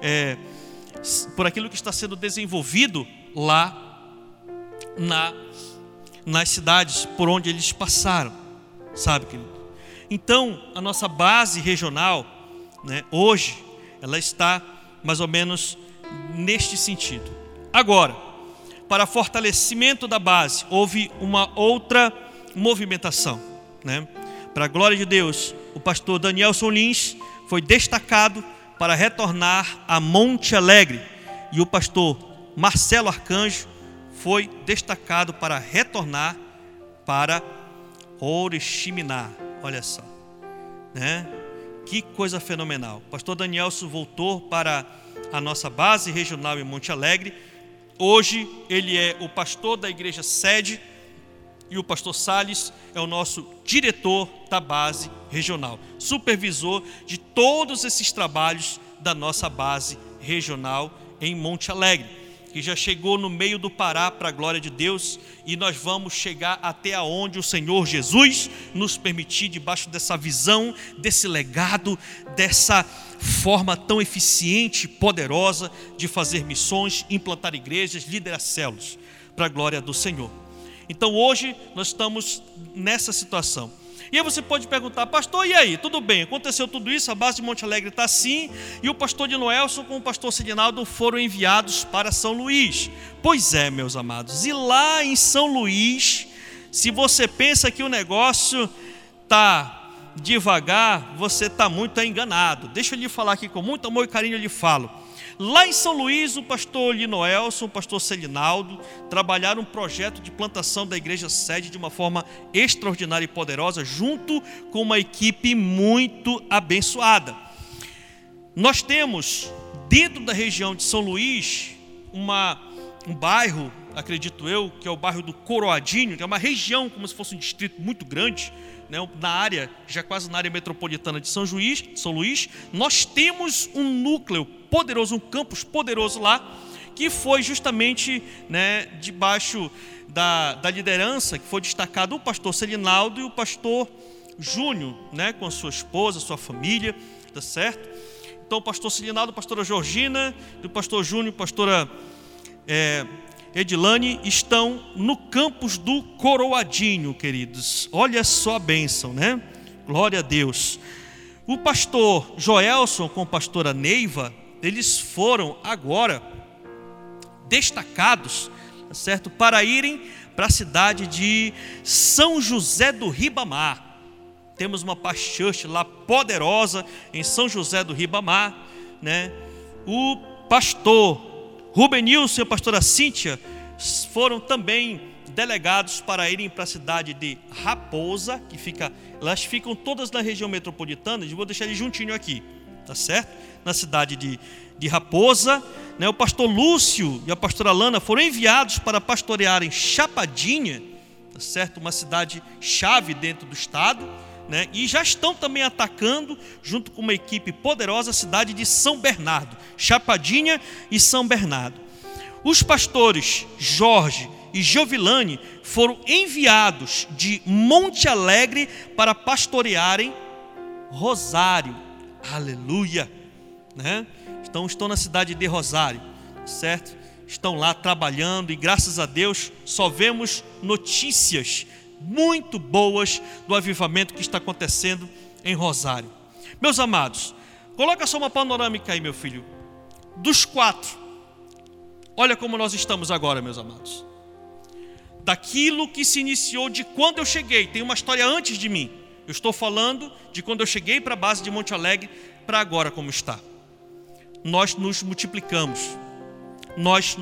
por aquilo que está sendo desenvolvido lá nas cidades por onde eles passaram, sabe, querido? Então, a nossa base regional, né, hoje, ela está mais ou menos neste sentido. Agora, para fortalecimento da base, houve uma outra movimentação, né? Para a glória de Deus, o pastor Danielson Lins foi destacado para retornar a Monte Alegre, e o pastor Marcelo Arcanjo foi destacado para retornar para Oriximiná. Olha só, né? Que coisa fenomenal. O pastor Danielson voltou para a nossa base regional em Monte Alegre. Hoje ele é o pastor da igreja sede, e o pastor Salles é o nosso diretor da base regional, supervisor de todos esses trabalhos da nossa base regional em Monte Alegre, que já chegou no meio do Pará para a glória de Deus, e nós vamos chegar até aonde o Senhor Jesus nos permitir, debaixo dessa visão, desse legado, dessa forma tão eficiente e poderosa de fazer missões, implantar igrejas, liderar células para a glória do Senhor. Então hoje nós estamos nessa situação. E aí você pode perguntar: pastor, e aí? Tudo bem, aconteceu tudo isso, a base de Monte Alegre está assim, e o pastor de Noelson com o pastor Sidinaldo foram enviados para São Luís. Pois é, meus amados, e lá em São Luís, se você pensa que o negócio está devagar, você está muito enganado. Deixa eu lhe falar aqui com muito amor e carinho, eu lhe falo. Lá em São Luís, o pastor Linoelson, o pastor Celinaldo trabalharam um projeto de plantação da igreja sede de uma forma extraordinária e poderosa, junto com uma equipe muito abençoada. Nós temos, dentro da região de São Luís, um bairro, acredito eu, que é o bairro do Coroadinho, que é uma região como se fosse um distrito muito grande, né, na área, já quase na área metropolitana de São Luís, nós temos um núcleo poderoso, um campus poderoso lá, que foi justamente, né, debaixo da liderança, que foi destacado o pastor Celinaldo e o pastor Júnior, né, com a sua esposa, sua família, tá certo? Então o pastor Celinaldo, a pastora Georgina, e o pastor Júnior, a pastora Edilane estão no campus do Coroadinho, queridos. Olha só a bênção, né? Glória a Deus. O pastor Joelson com a pastora Neiva, eles foram agora destacados, certo? Para irem para a cidade de São José do Ribamar. Temos uma paz church lá poderosa em São José do Ribamar, né? O pastor Rubenilson e a pastora Cíntia foram também delegados para irem para a cidade de Raposa, elas ficam todas na região metropolitana, eu vou deixar ele juntinho aqui, tá certo? Na cidade de Raposa, né? O pastor Lúcio e a pastora Lana foram enviados para pastorearem Chapadinha, tá certo? Uma cidade chave dentro do estado, né? E já estão também atacando, junto com uma equipe poderosa, a cidade de São Bernardo, Chapadinha e São Bernardo. Os pastores Jorge e Jovilane foram enviados de Monte Alegre para pastorearem Rosário. Aleluia, né? Então estão na cidade de Rosário, certo? Estão lá trabalhando e graças a Deus só vemos notícias muito boas do avivamento que está acontecendo em Rosário. Meus amados, coloca só uma panorâmica aí, meu filho. Dos 4, olha como nós estamos agora, meus amados. Daquilo que se iniciou de quando eu cheguei, tem uma história antes de mim. Eu estou falando de quando eu cheguei para a base de Monte Alegre para agora como está. Nós nos multiplicamos. Nós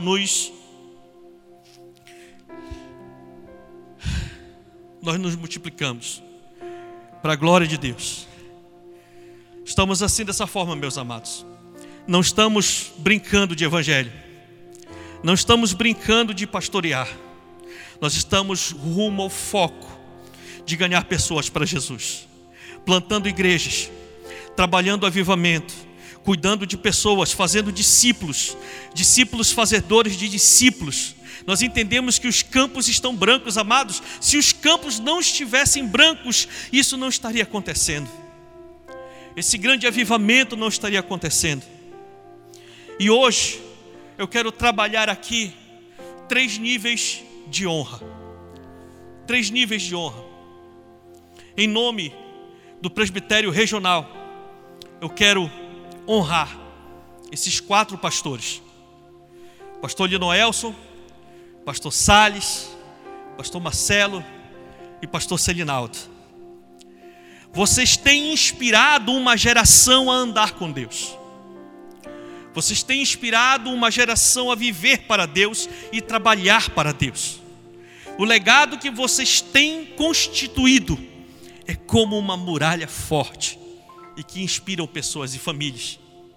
nos multiplicamos para a glória de Deus. Estamos assim dessa forma, meus amados. Não estamos brincando de evangelho. Não estamos brincando de pastorear. Nós estamos rumo ao foco de ganhar pessoas para Jesus. Plantando igrejas, trabalhando avivamento, cuidando de pessoas, fazendo discípulos, discípulos fazedores de discípulos. Nós entendemos que os campos estão brancos, amados. Se os campos não estivessem brancos, isso não estaria acontecendo. Esse grande avivamento não estaria acontecendo. E hoje, eu quero trabalhar aqui 3 níveis de honra. 3 níveis de honra. Em nome do presbitério regional, eu quero honrar esses 4 pastores. Pastor Linoelson, pastor Salles, pastor Marcelo e pastor Celinaldo. Vocês têm inspirado uma geração a andar com Deus. Vocês têm inspirado uma geração a viver para Deus e trabalhar para Deus. O legado que vocês têm constituído é como uma muralha forte e que inspiram pessoas e famílias.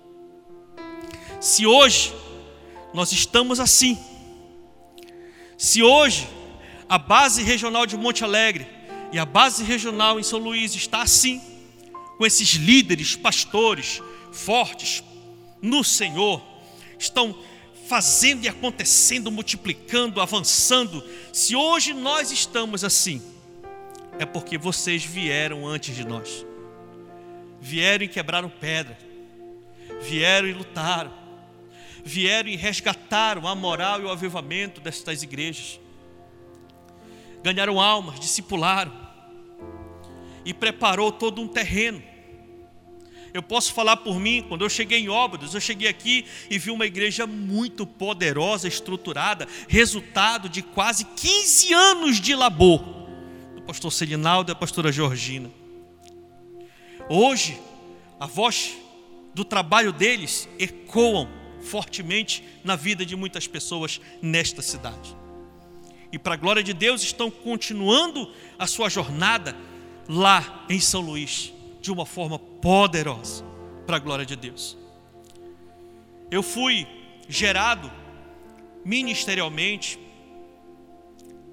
Se hoje nós estamos assim, se hoje a base regional de Monte Alegre e a base regional em São Luís está assim, com esses líderes, pastores fortes no Senhor, estão fazendo e acontecendo, multiplicando, avançando. Se hoje nós estamos assim, é porque vocês vieram antes de nós. Vieram e quebraram pedra, vieram e lutaram, vieram e resgataram a moral e o avivamento destas igrejas. Ganharam almas, discipularam e preparou todo um terreno. Eu posso falar por mim, quando eu cheguei em Óbidos, eu cheguei aqui e vi uma igreja muito poderosa, estruturada, resultado de quase 15 anos de labor do pastor Celinaldo e da pastora Georgina. Hoje, a voz do trabalho deles ecoam fortemente na vida de muitas pessoas nesta cidade. E para a glória de Deus estão continuando a sua jornada lá em São Luís, de uma forma poderosa, para a glória de Deus. Eu fui gerado ministerialmente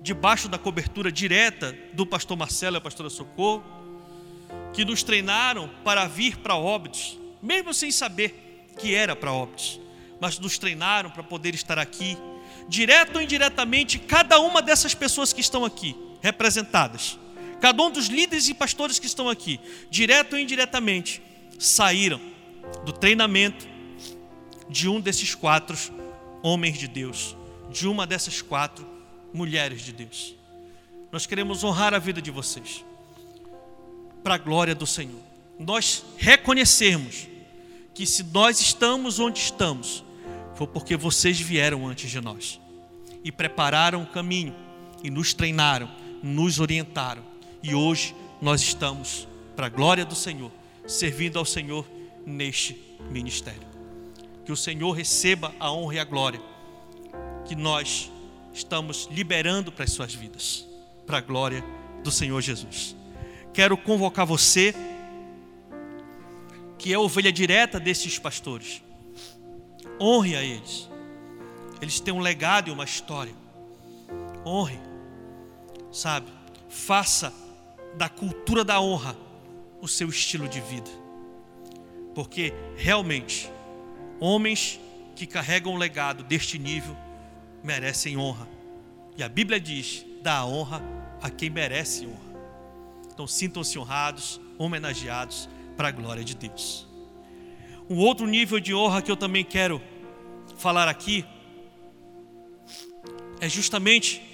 debaixo da cobertura direta do pastor Marcelo e a pastora Socorro, que nos treinaram para vir para Óbidos, mesmo sem saber que era para Óbidos, mas nos treinaram para poder estar aqui, direto ou indiretamente. Cada uma dessas pessoas que estão aqui representadas, cada um dos líderes e pastores que estão aqui, direto ou indiretamente, saíram do treinamento de um desses 4 homens de Deus, de uma dessas 4 mulheres de Deus. Nós queremos honrar a vida de vocês, para a glória do Senhor. Nós reconhecermos que se nós estamos onde estamos, foi porque vocês vieram antes de nós e prepararam o caminho, e nos treinaram, nos orientaram, e hoje nós estamos, para a glória do Senhor, servindo ao Senhor neste ministério. Que o Senhor receba a honra e a glória que nós estamos liberando para as suas vidas, para a glória do Senhor Jesus. Quero convocar você, que é a ovelha direta desses pastores. Honre a eles. Eles têm um legado e uma história. Honre, sabe? Faça da cultura da honra o seu estilo de vida. Porque realmente, homens que carregam um legado deste nível merecem honra. E a Bíblia diz: dá honra a quem merece honra. Então sintam-se honrados, homenageados, para a glória de Deus. Um outro nível de honra que eu também quero falar aqui é justamente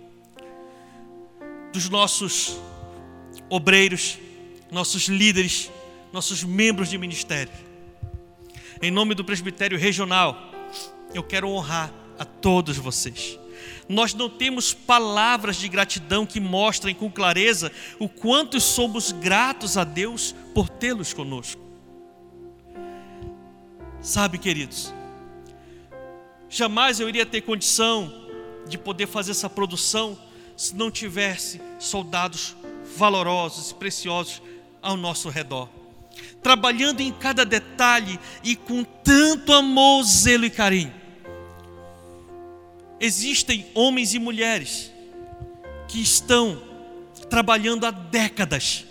dos nossos obreiros, nossos líderes, nossos membros de ministério. Em nome do presbitério regional, eu quero honrar a todos vocês. Nós não temos palavras de gratidão que mostrem com clareza o quanto somos gratos a Deus por tê-los conosco. Sabe, queridos, jamais eu iria ter condição de poder fazer essa produção se não tivesse soldados valorosos e preciosos ao nosso redor, trabalhando em cada detalhe e com tanto amor, zelo e carinho. Existem homens e mulheres que estão trabalhando há décadas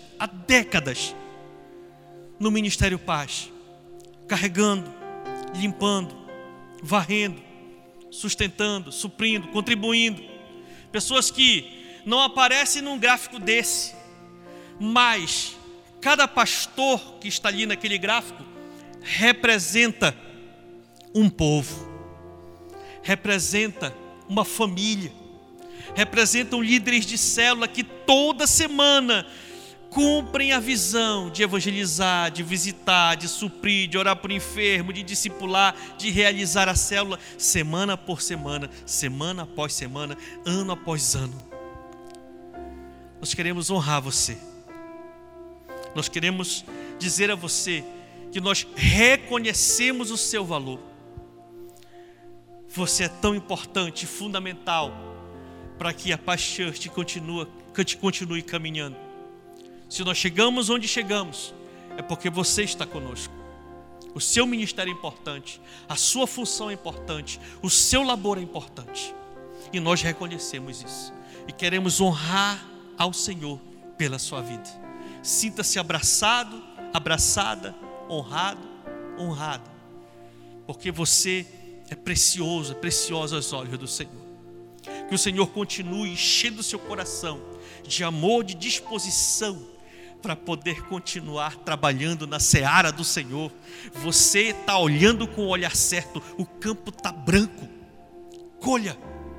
no Ministério Paz, carregando, limpando, varrendo, sustentando, suprindo, contribuindo. Pessoas que não aparecem num gráfico desse, mas cada pastor que está ali naquele gráfico representa um povo, representa uma família, representam líderes de célula que toda semana cumprem a visão de evangelizar, de visitar, de suprir, de orar por enfermo, de discipular, de realizar a célula semana por semana, semana após semana, ano após ano. Nós queremos honrar você. Nós queremos dizer a você que nós reconhecemos o seu valor. Você é tão importante e fundamental para que a Paz Church continue caminhando. Se nós chegamos onde chegamos, é porque você está conosco. O seu ministério é importante, a sua função é importante, o seu labor é importante. E nós reconhecemos isso. E queremos honrar ao Senhor pela sua vida. Sinta-se abraçado, abraçada, honrado, honrada. Porque você é precioso, é preciosa aos olhos do Senhor. Que o Senhor continue enchendo o seu coração de amor, de disposição, para poder continuar trabalhando na seara do Senhor. Você está olhando com o olhar certo, o campo está branco. Colha,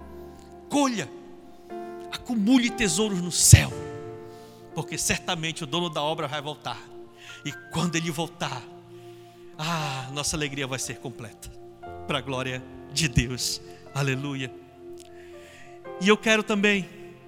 acumule tesouros no céu, porque certamente o dono da obra vai voltar. E quando ele voltar, nossa alegria vai ser completa, para a glória de Deus. Aleluia. E eu quero também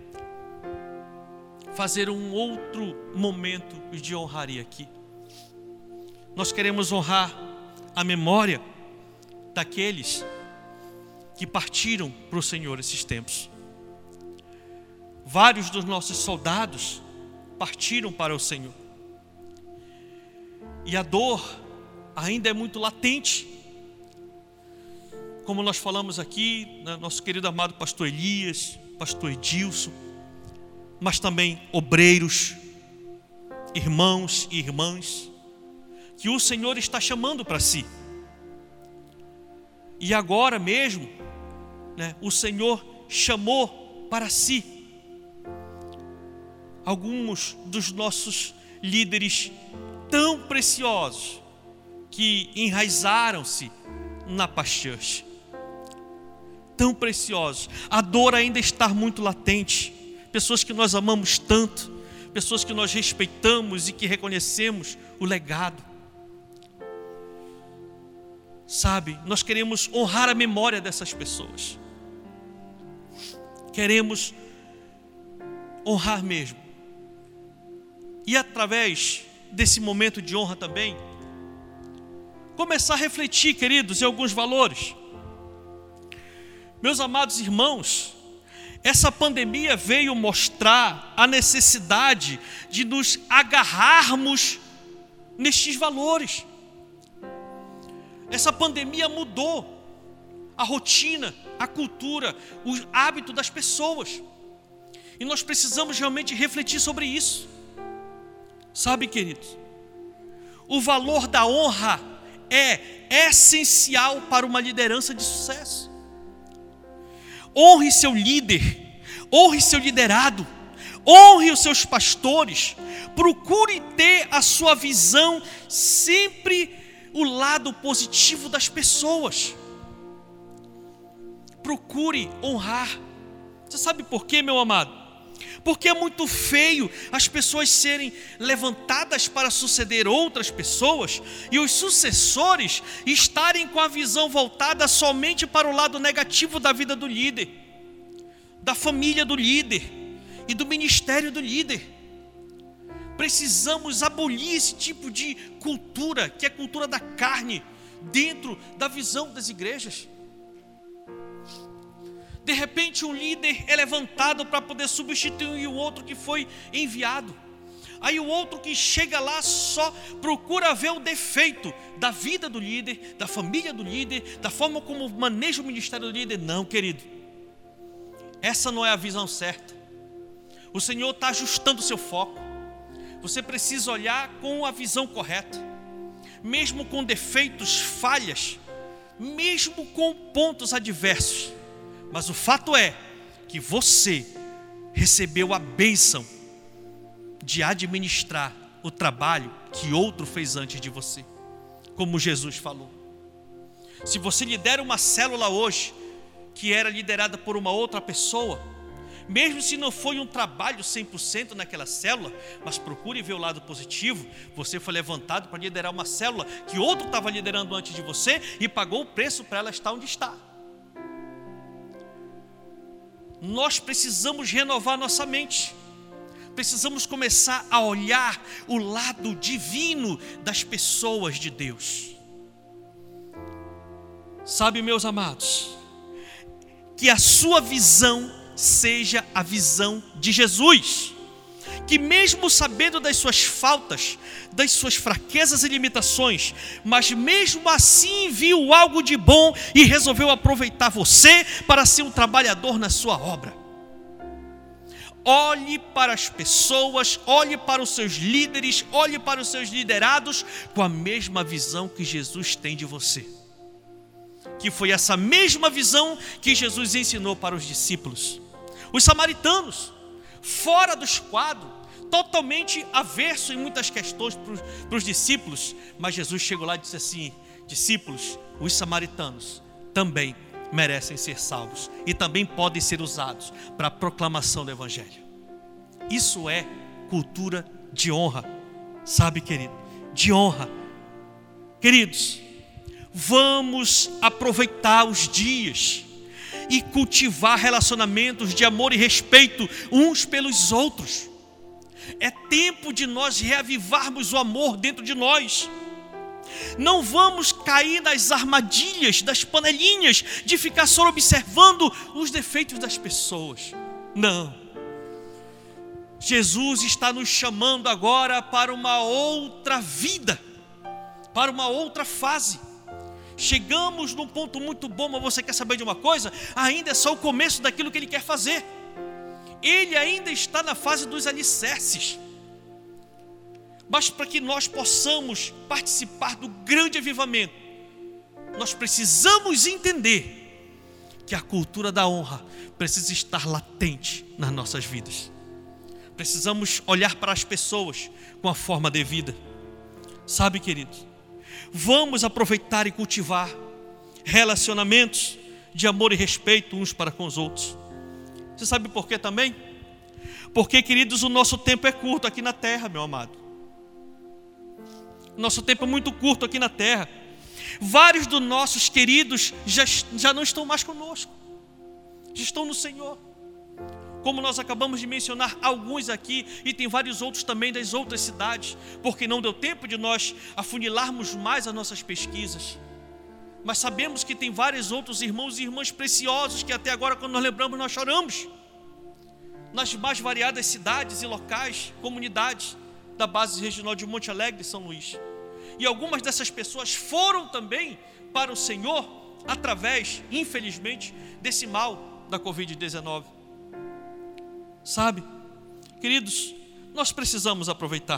fazer um outro momento de honraria aqui. Nós queremos honrar a memória daqueles que partiram para o Senhor esses tempos. Vários dos nossos soldados partiram para o Senhor. E a dor ainda é muito latente. Como nós falamos aqui, nosso querido amado pastor Elias, pastor Edilson, mas também obreiros, irmãos e irmãs, que o Senhor está chamando para si. E agora mesmo, o Senhor chamou para si alguns dos nossos líderes tão preciosos que enraizaram-se na Paz Church. Tão preciosos. A dor ainda está muito latente. Pessoas que nós amamos tanto, pessoas que nós respeitamos e que reconhecemos o legado. Sabe, nós queremos honrar a memória dessas pessoas. Queremos honrar mesmo. E através desse momento de honra também, começar a refletir, queridos, em alguns valores. Meus amados irmãos, essa pandemia veio mostrar a necessidade de nos agarrarmos nestes valores. Essa pandemia mudou a rotina, a cultura, o hábito das pessoas. E nós precisamos realmente refletir sobre isso. Sabe, queridos, o valor da honra é essencial para uma liderança de sucesso. Honre seu líder, honre seu liderado, honre os seus pastores, procure ter a sua visão sempre o lado positivo das pessoas. Procure honrar. Você sabe por quê, meu amado? Porque é muito feio as pessoas serem levantadas para suceder outras pessoas e os sucessores estarem com a visão voltada somente para o lado negativo da vida do líder, da família do líder e do ministério do líder. Precisamos abolir esse tipo de cultura, que é a cultura da carne, dentro da visão das igrejas. De repente um líder é levantado para poder substituir o outro que foi enviado. Aí o outro que chega lá só procura ver o defeito da vida do líder, da família do líder, da forma como maneja o ministério do líder. Não, querido, essa não é a visão certa. O Senhor está ajustando o seu foco. Você precisa olhar com a visão correta, mesmo com defeitos, falhas, mesmo com pontos adversos. Mas o fato é que você recebeu a bênção de administrar o trabalho que outro fez antes de você, como Jesus falou. Se você lidera uma célula hoje, que era liderada por uma outra pessoa, mesmo se não foi um trabalho 100% naquela célula, mas procure ver o lado positivo. Você foi levantado para liderar uma célula que outro estava liderando antes de você e pagou o preço para ela estar onde está. Nós precisamos renovar nossa mente. Precisamos começar a olhar o lado divino das pessoas de Deus. Sabe, meus amados, que a sua visão seja a visão de Jesus, que mesmo sabendo das suas faltas, das suas fraquezas e limitações, mas mesmo assim viu algo de bom e resolveu aproveitar você para ser um trabalhador na sua obra. Olhe para as pessoas, olhe para os seus líderes, olhe para os seus liderados com a mesma visão que Jesus tem de você, que foi essa mesma visão que Jesus ensinou para os discípulos. Os samaritanos, fora dos quadros, totalmente averso em muitas questões para os discípulos, mas Jesus chegou lá e disse assim: discípulos, os samaritanos também merecem ser salvos e também podem ser usados para a proclamação do Evangelho. Isso é cultura de honra, sabe, querido? De honra. Queridos, vamos aproveitar os dias e cultivar relacionamentos de amor e respeito uns pelos outros. É tempo de nós reavivarmos o amor dentro de nós. Não vamos cair nas armadilhas, das panelinhas, de ficar só observando os defeitos das pessoas. Não. Jesus está nos chamando agora para uma outra vida, para uma outra fase. Chegamos num ponto muito bom, mas você quer saber de uma coisa? Ainda é só o começo daquilo que Ele quer fazer. ele ainda está na fase dos alicerces. Mas para que nós possamos participar do grande avivamento, nós precisamos entender que a cultura da honra precisa estar latente nas nossas vidas. Precisamos olhar para as pessoas com a forma devida. Sabe, queridos, vamos aproveitar e cultivar relacionamentos de amor e respeito uns para com os outros. Você sabe por quê também? Porque, queridos, o nosso tempo é curto aqui na terra, meu amado. Nosso tempo é muito curto aqui na terra. Vários dos nossos queridos já não estão mais conosco, já estão no Senhor. Como nós acabamos de mencionar alguns aqui, e tem vários outros também das outras cidades, porque não deu tempo de nós afunilarmos mais as nossas pesquisas. Mas sabemos que tem vários outros irmãos e irmãs preciosos que até agora, quando nós lembramos, nós choramos. Nas mais variadas cidades e locais, comunidades da base regional de Monte Alegre e São Luís. E algumas dessas pessoas foram também para o Senhor através, infelizmente, desse mal da Covid-19. Sabe, queridos, nós precisamos aproveitar.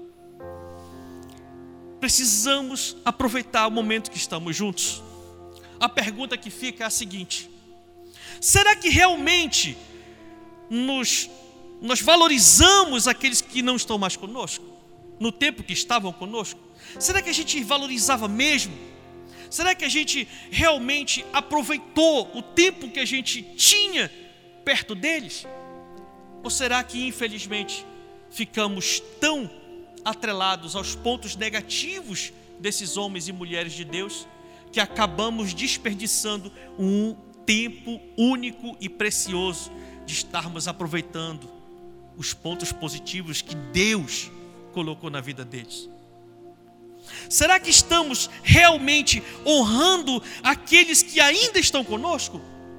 Precisamos aproveitar o momento que estamos juntos. A pergunta que fica é a seguinte: será que realmente nós valorizamos aqueles que não estão mais conosco, no tempo que estavam conosco? Será que a gente valorizava mesmo? Será que a gente realmente aproveitou o tempo que a gente tinha perto deles? Ou será que, infelizmente, ficamos tão atrelados aos pontos negativos desses homens e mulheres de Deus, que acabamos desperdiçando um tempo único e precioso de estarmos aproveitando os pontos positivos que Deus colocou na vida deles? Será que estamos realmente honrando aqueles que ainda estão conosco?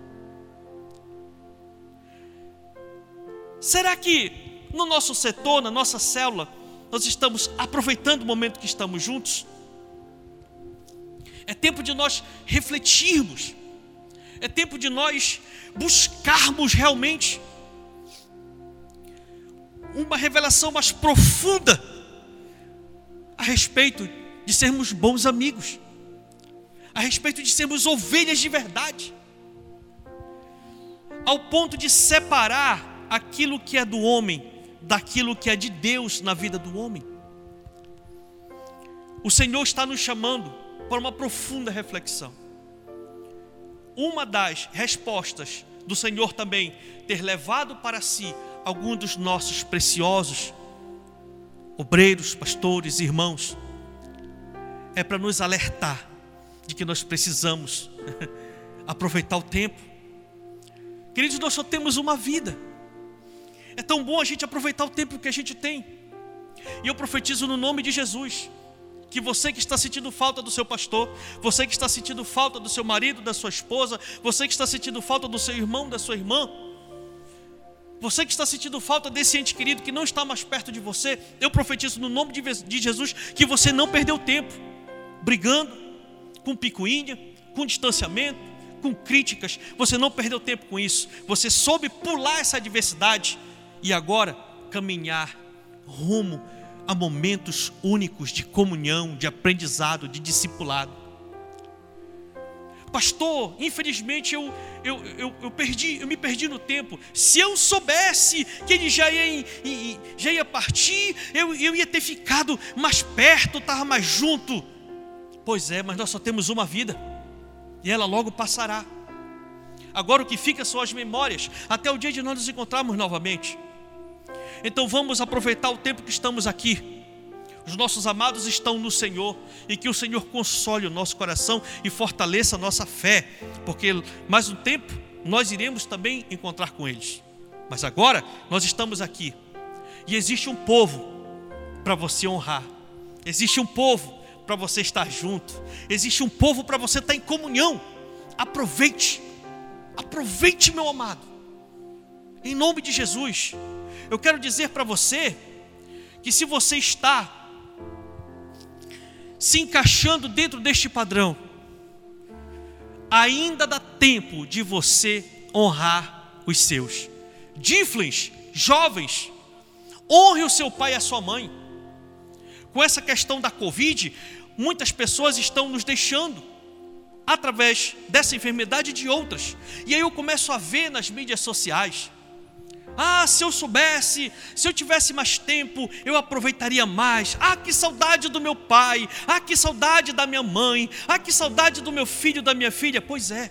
Será que no nosso setor, na nossa célula, nós estamos aproveitando o momento que estamos juntos? É tempo de nós refletirmos. É tempo de nós buscarmos realmente uma revelação mais profunda a respeito de sermos bons amigos, a respeito de sermos ovelhas de verdade, ao ponto de separar aquilo que é do homem daquilo que é de Deus na vida do homem. O Senhor está nos chamando para uma profunda reflexão. Uma das respostas do Senhor também ter levado para si alguns dos nossos preciosos obreiros, pastores, irmãos, é para nos alertar de que nós precisamos aproveitar o tempo. Queridos, nós só temos uma vida. É tão bom a gente aproveitar o tempo que a gente tem. E eu profetizo no nome de Jesus, que você que está sentindo falta do seu pastor, você que está sentindo falta do seu marido, da sua esposa, você que está sentindo falta do seu irmão, da sua irmã, você que está sentindo falta desse ente querido que não está mais perto de você, eu profetizo no nome de Jesus que você não perdeu tempo brigando com picuinha, com distanciamento, com críticas. Você não perdeu tempo com isso. Você soube pular essa adversidade e agora caminhar rumo a momentos únicos de comunhão, de aprendizado, de discipulado. Pastor, infelizmente eu me perdi no tempo. Se eu soubesse que ele já ia partir, eu ia ter ficado mais perto, estava mais junto. Pois é, mas nós só temos uma vida e ela logo passará. Agora o que fica são as memórias, até o dia de nós nos encontrarmos novamente. Então vamos aproveitar o tempo que estamos aqui. Os nossos amados estão no Senhor, e que o Senhor console o nosso coração e fortaleça a nossa fé, porque mais um tempo nós iremos também encontrar com eles. Mas agora nós estamos aqui, e existe um povo para você honrar, existe um povo para você estar junto, existe um povo para você estar em comunhão. Aproveite, meu amado, em nome de Jesus. Eu quero dizer para você que se você está se encaixando dentro deste padrão, ainda dá tempo de você honrar os seus. Diflins, jovens, honre o seu pai e a sua mãe. Com essa questão da Covid, muitas pessoas estão nos deixando através dessa enfermidade e de outras. E aí eu começo a ver nas mídias sociais: se eu soubesse, se eu tivesse mais tempo, eu aproveitaria mais. Que saudade do meu pai. Que saudade da minha mãe. Que saudade do meu filho, da minha filha. Pois é,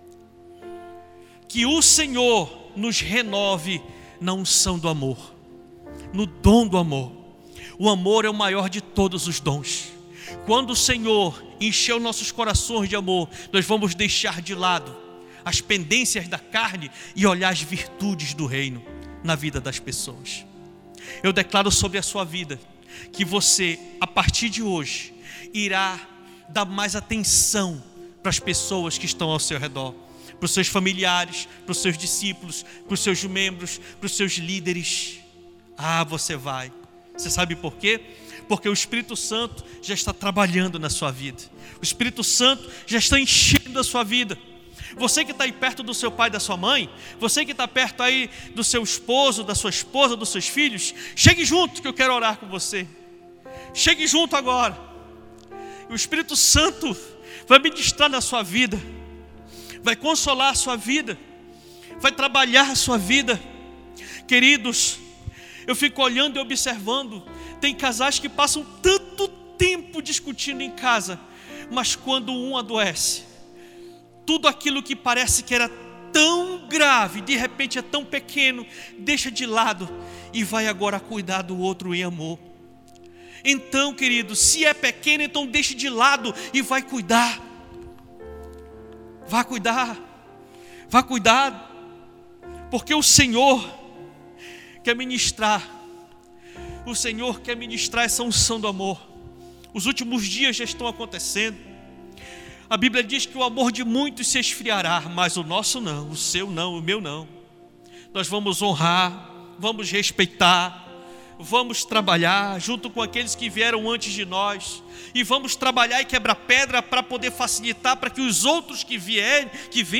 que o Senhor nos renove na unção do amor, no dom do amor. O amor é o maior de todos os dons. Quando o Senhor encheu nossos corações de amor, nós vamos deixar de lado as pendências da carne e olhar as virtudes do reino na vida das pessoas. Eu declaro sobre a sua vida que você, a partir de hoje, irá dar mais atenção para as pessoas que estão ao seu redor, para os seus familiares, para os seus discípulos, para os seus membros, para os seus líderes. Você vai. Você sabe por quê? Porque o Espírito Santo já está trabalhando na sua vida. O Espírito Santo já está enchendo a sua vida. Você que está aí perto do seu pai e da sua mãe, você que está perto aí do seu esposo, da sua esposa, dos seus filhos, chegue junto que eu quero orar com você. Chegue junto agora. O Espírito Santo vai ministrar na sua vida, vai consolar a sua vida, vai trabalhar a sua vida. Queridos, eu fico olhando e observando. Tem casais que passam tanto tempo discutindo em casa, mas quando um adoece, tudo aquilo que parece que era tão grave, de repente é tão pequeno, deixa de lado e vai agora cuidar do outro em amor. Então, querido, se é pequeno, então deixe de lado e vai cuidar. Vá cuidar, porque o Senhor quer ministrar. O Senhor quer ministrar essa unção do amor. Os últimos dias já estão acontecendo. A Bíblia diz que o amor de muitos se esfriará, mas o nosso não, o seu não, o meu não. Nós vamos honrar, vamos respeitar, vamos trabalhar junto com aqueles que vieram antes de nós, e vamos trabalhar e quebrar pedra para poder facilitar para que os outros que vierem,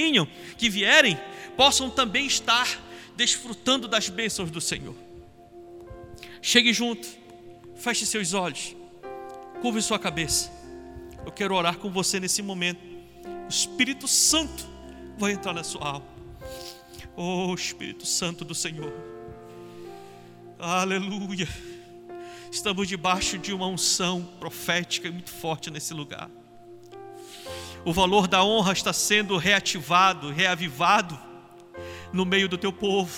possam também estar desfrutando das bênçãos do Senhor. Chegue junto, feche seus olhos, curve sua cabeça. Eu quero orar com você nesse momento. O Espírito Santo vai entrar na sua alma. Espírito Santo do Senhor, aleluia. Estamos debaixo de uma unção profética muito forte nesse lugar. O valor da honra está sendo reativado, reavivado no meio do teu povo.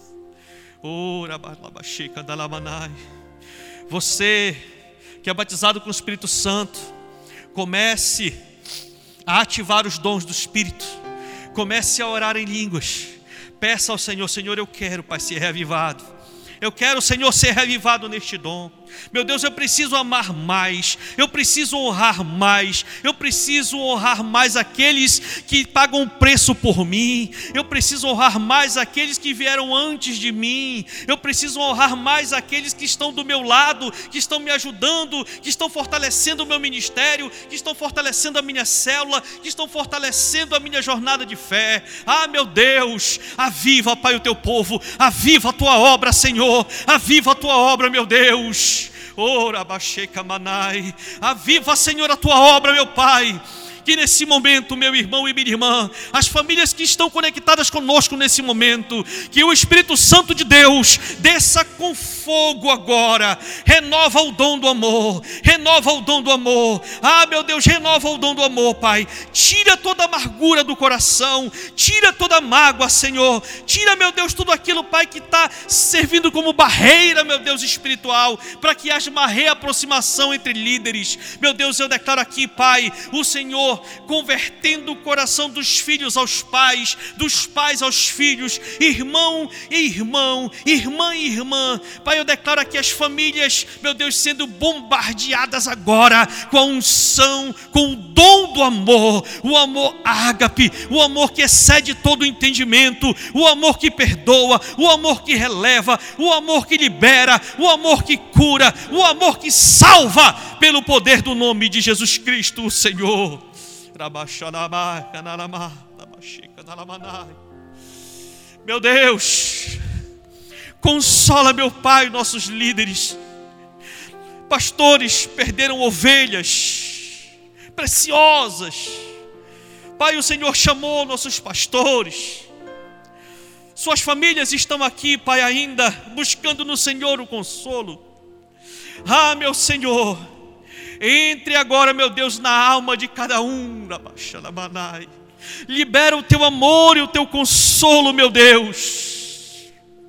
Você que é batizado com o Espírito Santo, comece a ativar os dons do Espírito. Comece a orar em línguas. Peça ao Senhor: Senhor, eu quero, Pai, ser reavivado. Eu quero, Senhor, ser reavivado neste dom. Meu Deus, eu preciso amar mais, eu preciso honrar mais, eu preciso honrar mais aqueles que pagam preço por mim, eu preciso honrar mais aqueles que vieram antes de mim, eu preciso honrar mais aqueles que estão do meu lado, que estão me ajudando, que estão fortalecendo o meu ministério, que estão fortalecendo a minha célula, que estão fortalecendo a minha jornada de fé. Meu Deus, aviva, Pai, o teu povo, aviva a tua obra, Senhor, aviva a tua obra, meu Deus. Aviva, Senhor, a tua obra, meu Pai. Que nesse momento, meu irmão e minha irmã, as famílias que estão conectadas conosco nesse momento, que o Espírito Santo de Deus desça com fogo agora, renova o dom do amor, renova o dom do amor. Meu Deus, renova o dom do amor, Pai. Tira toda a amargura do coração, tira toda a mágoa, Senhor. Tira, meu Deus, tudo aquilo, Pai, que está servindo como barreira, meu Deus, espiritual, para que haja uma reaproximação entre líderes. Meu Deus, eu declaro aqui, Pai, o Senhor convertendo o coração dos filhos aos pais, dos pais aos filhos, irmão e irmão, irmã e irmã. Pai, eu declaro aqui as famílias, meu Deus, sendo bombardeadas agora com a unção, com o dom do amor, o amor ágape, o amor que excede todo o entendimento, o amor que perdoa, o amor que releva, o amor que libera, o amor que cura, o amor que salva, pelo poder do nome de Jesus Cristo, o Senhor. Meu Deus, Consola, meu Pai, nossos líderes. Pastores perderam ovelhas preciosas. Pai, o Senhor chamou nossos pastores. Suas famílias estão aqui, Pai, ainda buscando no Senhor o consolo. Ah, meu Senhor, entre agora, meu Deus, na alma de cada um. Libera o teu amor e o teu consolo, meu Deus.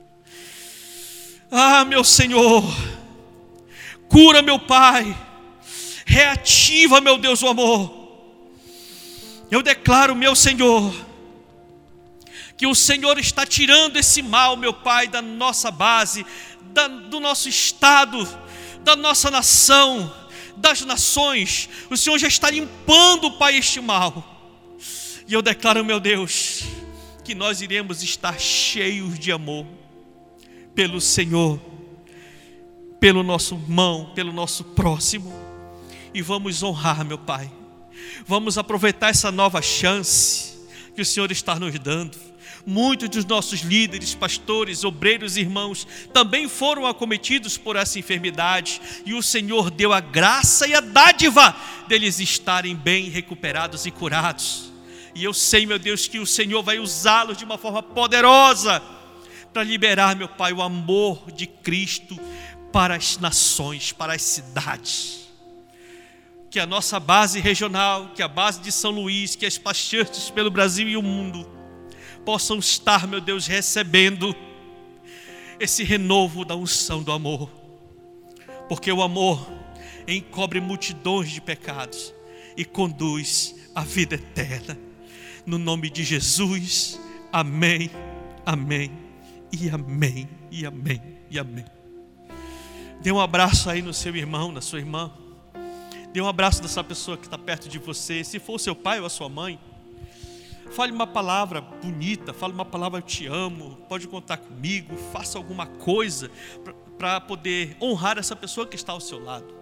Ah, meu Senhor, cura, meu Pai. Reativa, meu Deus, o amor. Eu declaro, meu Senhor, que o Senhor está tirando esse mal, meu Pai, da nossa base, do nosso estado, da nossa nação, das nações. O Senhor já está limpando, Pai, este mal. E eu declaro, meu Deus, que nós iremos estar cheios de amor pelo Senhor, pelo nosso irmão, pelo nosso próximo. E vamos honrar, meu Pai. Vamos aproveitar essa nova chance que o Senhor está nos dando. Muitos dos nossos líderes, pastores, obreiros e irmãos também foram acometidos por essa enfermidade, e o Senhor deu a graça e a dádiva deles estarem bem recuperados e curados. E eu sei, meu Deus, que o Senhor vai usá-los de uma forma poderosa para liberar, meu Pai, o amor de Cristo para as nações, para as cidades. Que a nossa base regional, que a base de São Luís, que as churches pelo Brasil e o mundo possam estar, meu Deus, recebendo esse renovo da unção do amor. Porque o amor encobre multidões de pecados e conduz à vida eterna. No nome de Jesus, amém, amém e amém, e amém, e amém. Dê um abraço aí no seu irmão, na sua irmã. Dê um abraço dessa pessoa que está perto de você. Se for o seu pai ou a sua mãe, fale uma palavra bonita, fale uma palavra eu te amo, pode contar comigo, faça alguma coisa para poder honrar essa pessoa que está ao seu lado.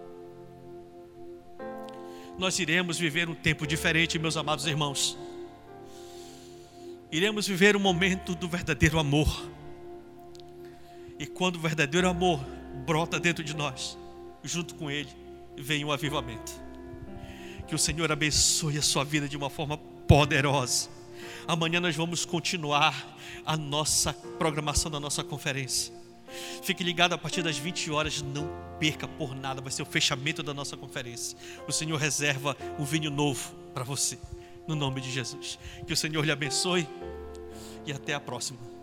Nós iremos viver um tempo diferente, meus amados irmãos. Iremos viver um momento do verdadeiro amor. E quando o verdadeiro amor brota dentro de nós, junto com ele vem um avivamento. Que o Senhor abençoe a sua vida de uma forma poderosa. Amanhã nós vamos continuar a nossa programação da nossa conferência. Fique ligado a partir das 20 horas, não perca por nada, vai ser o fechamento da nossa conferência. O Senhor reserva um vinho novo para você, no nome de Jesus. Que o Senhor lhe abençoe e até a próxima.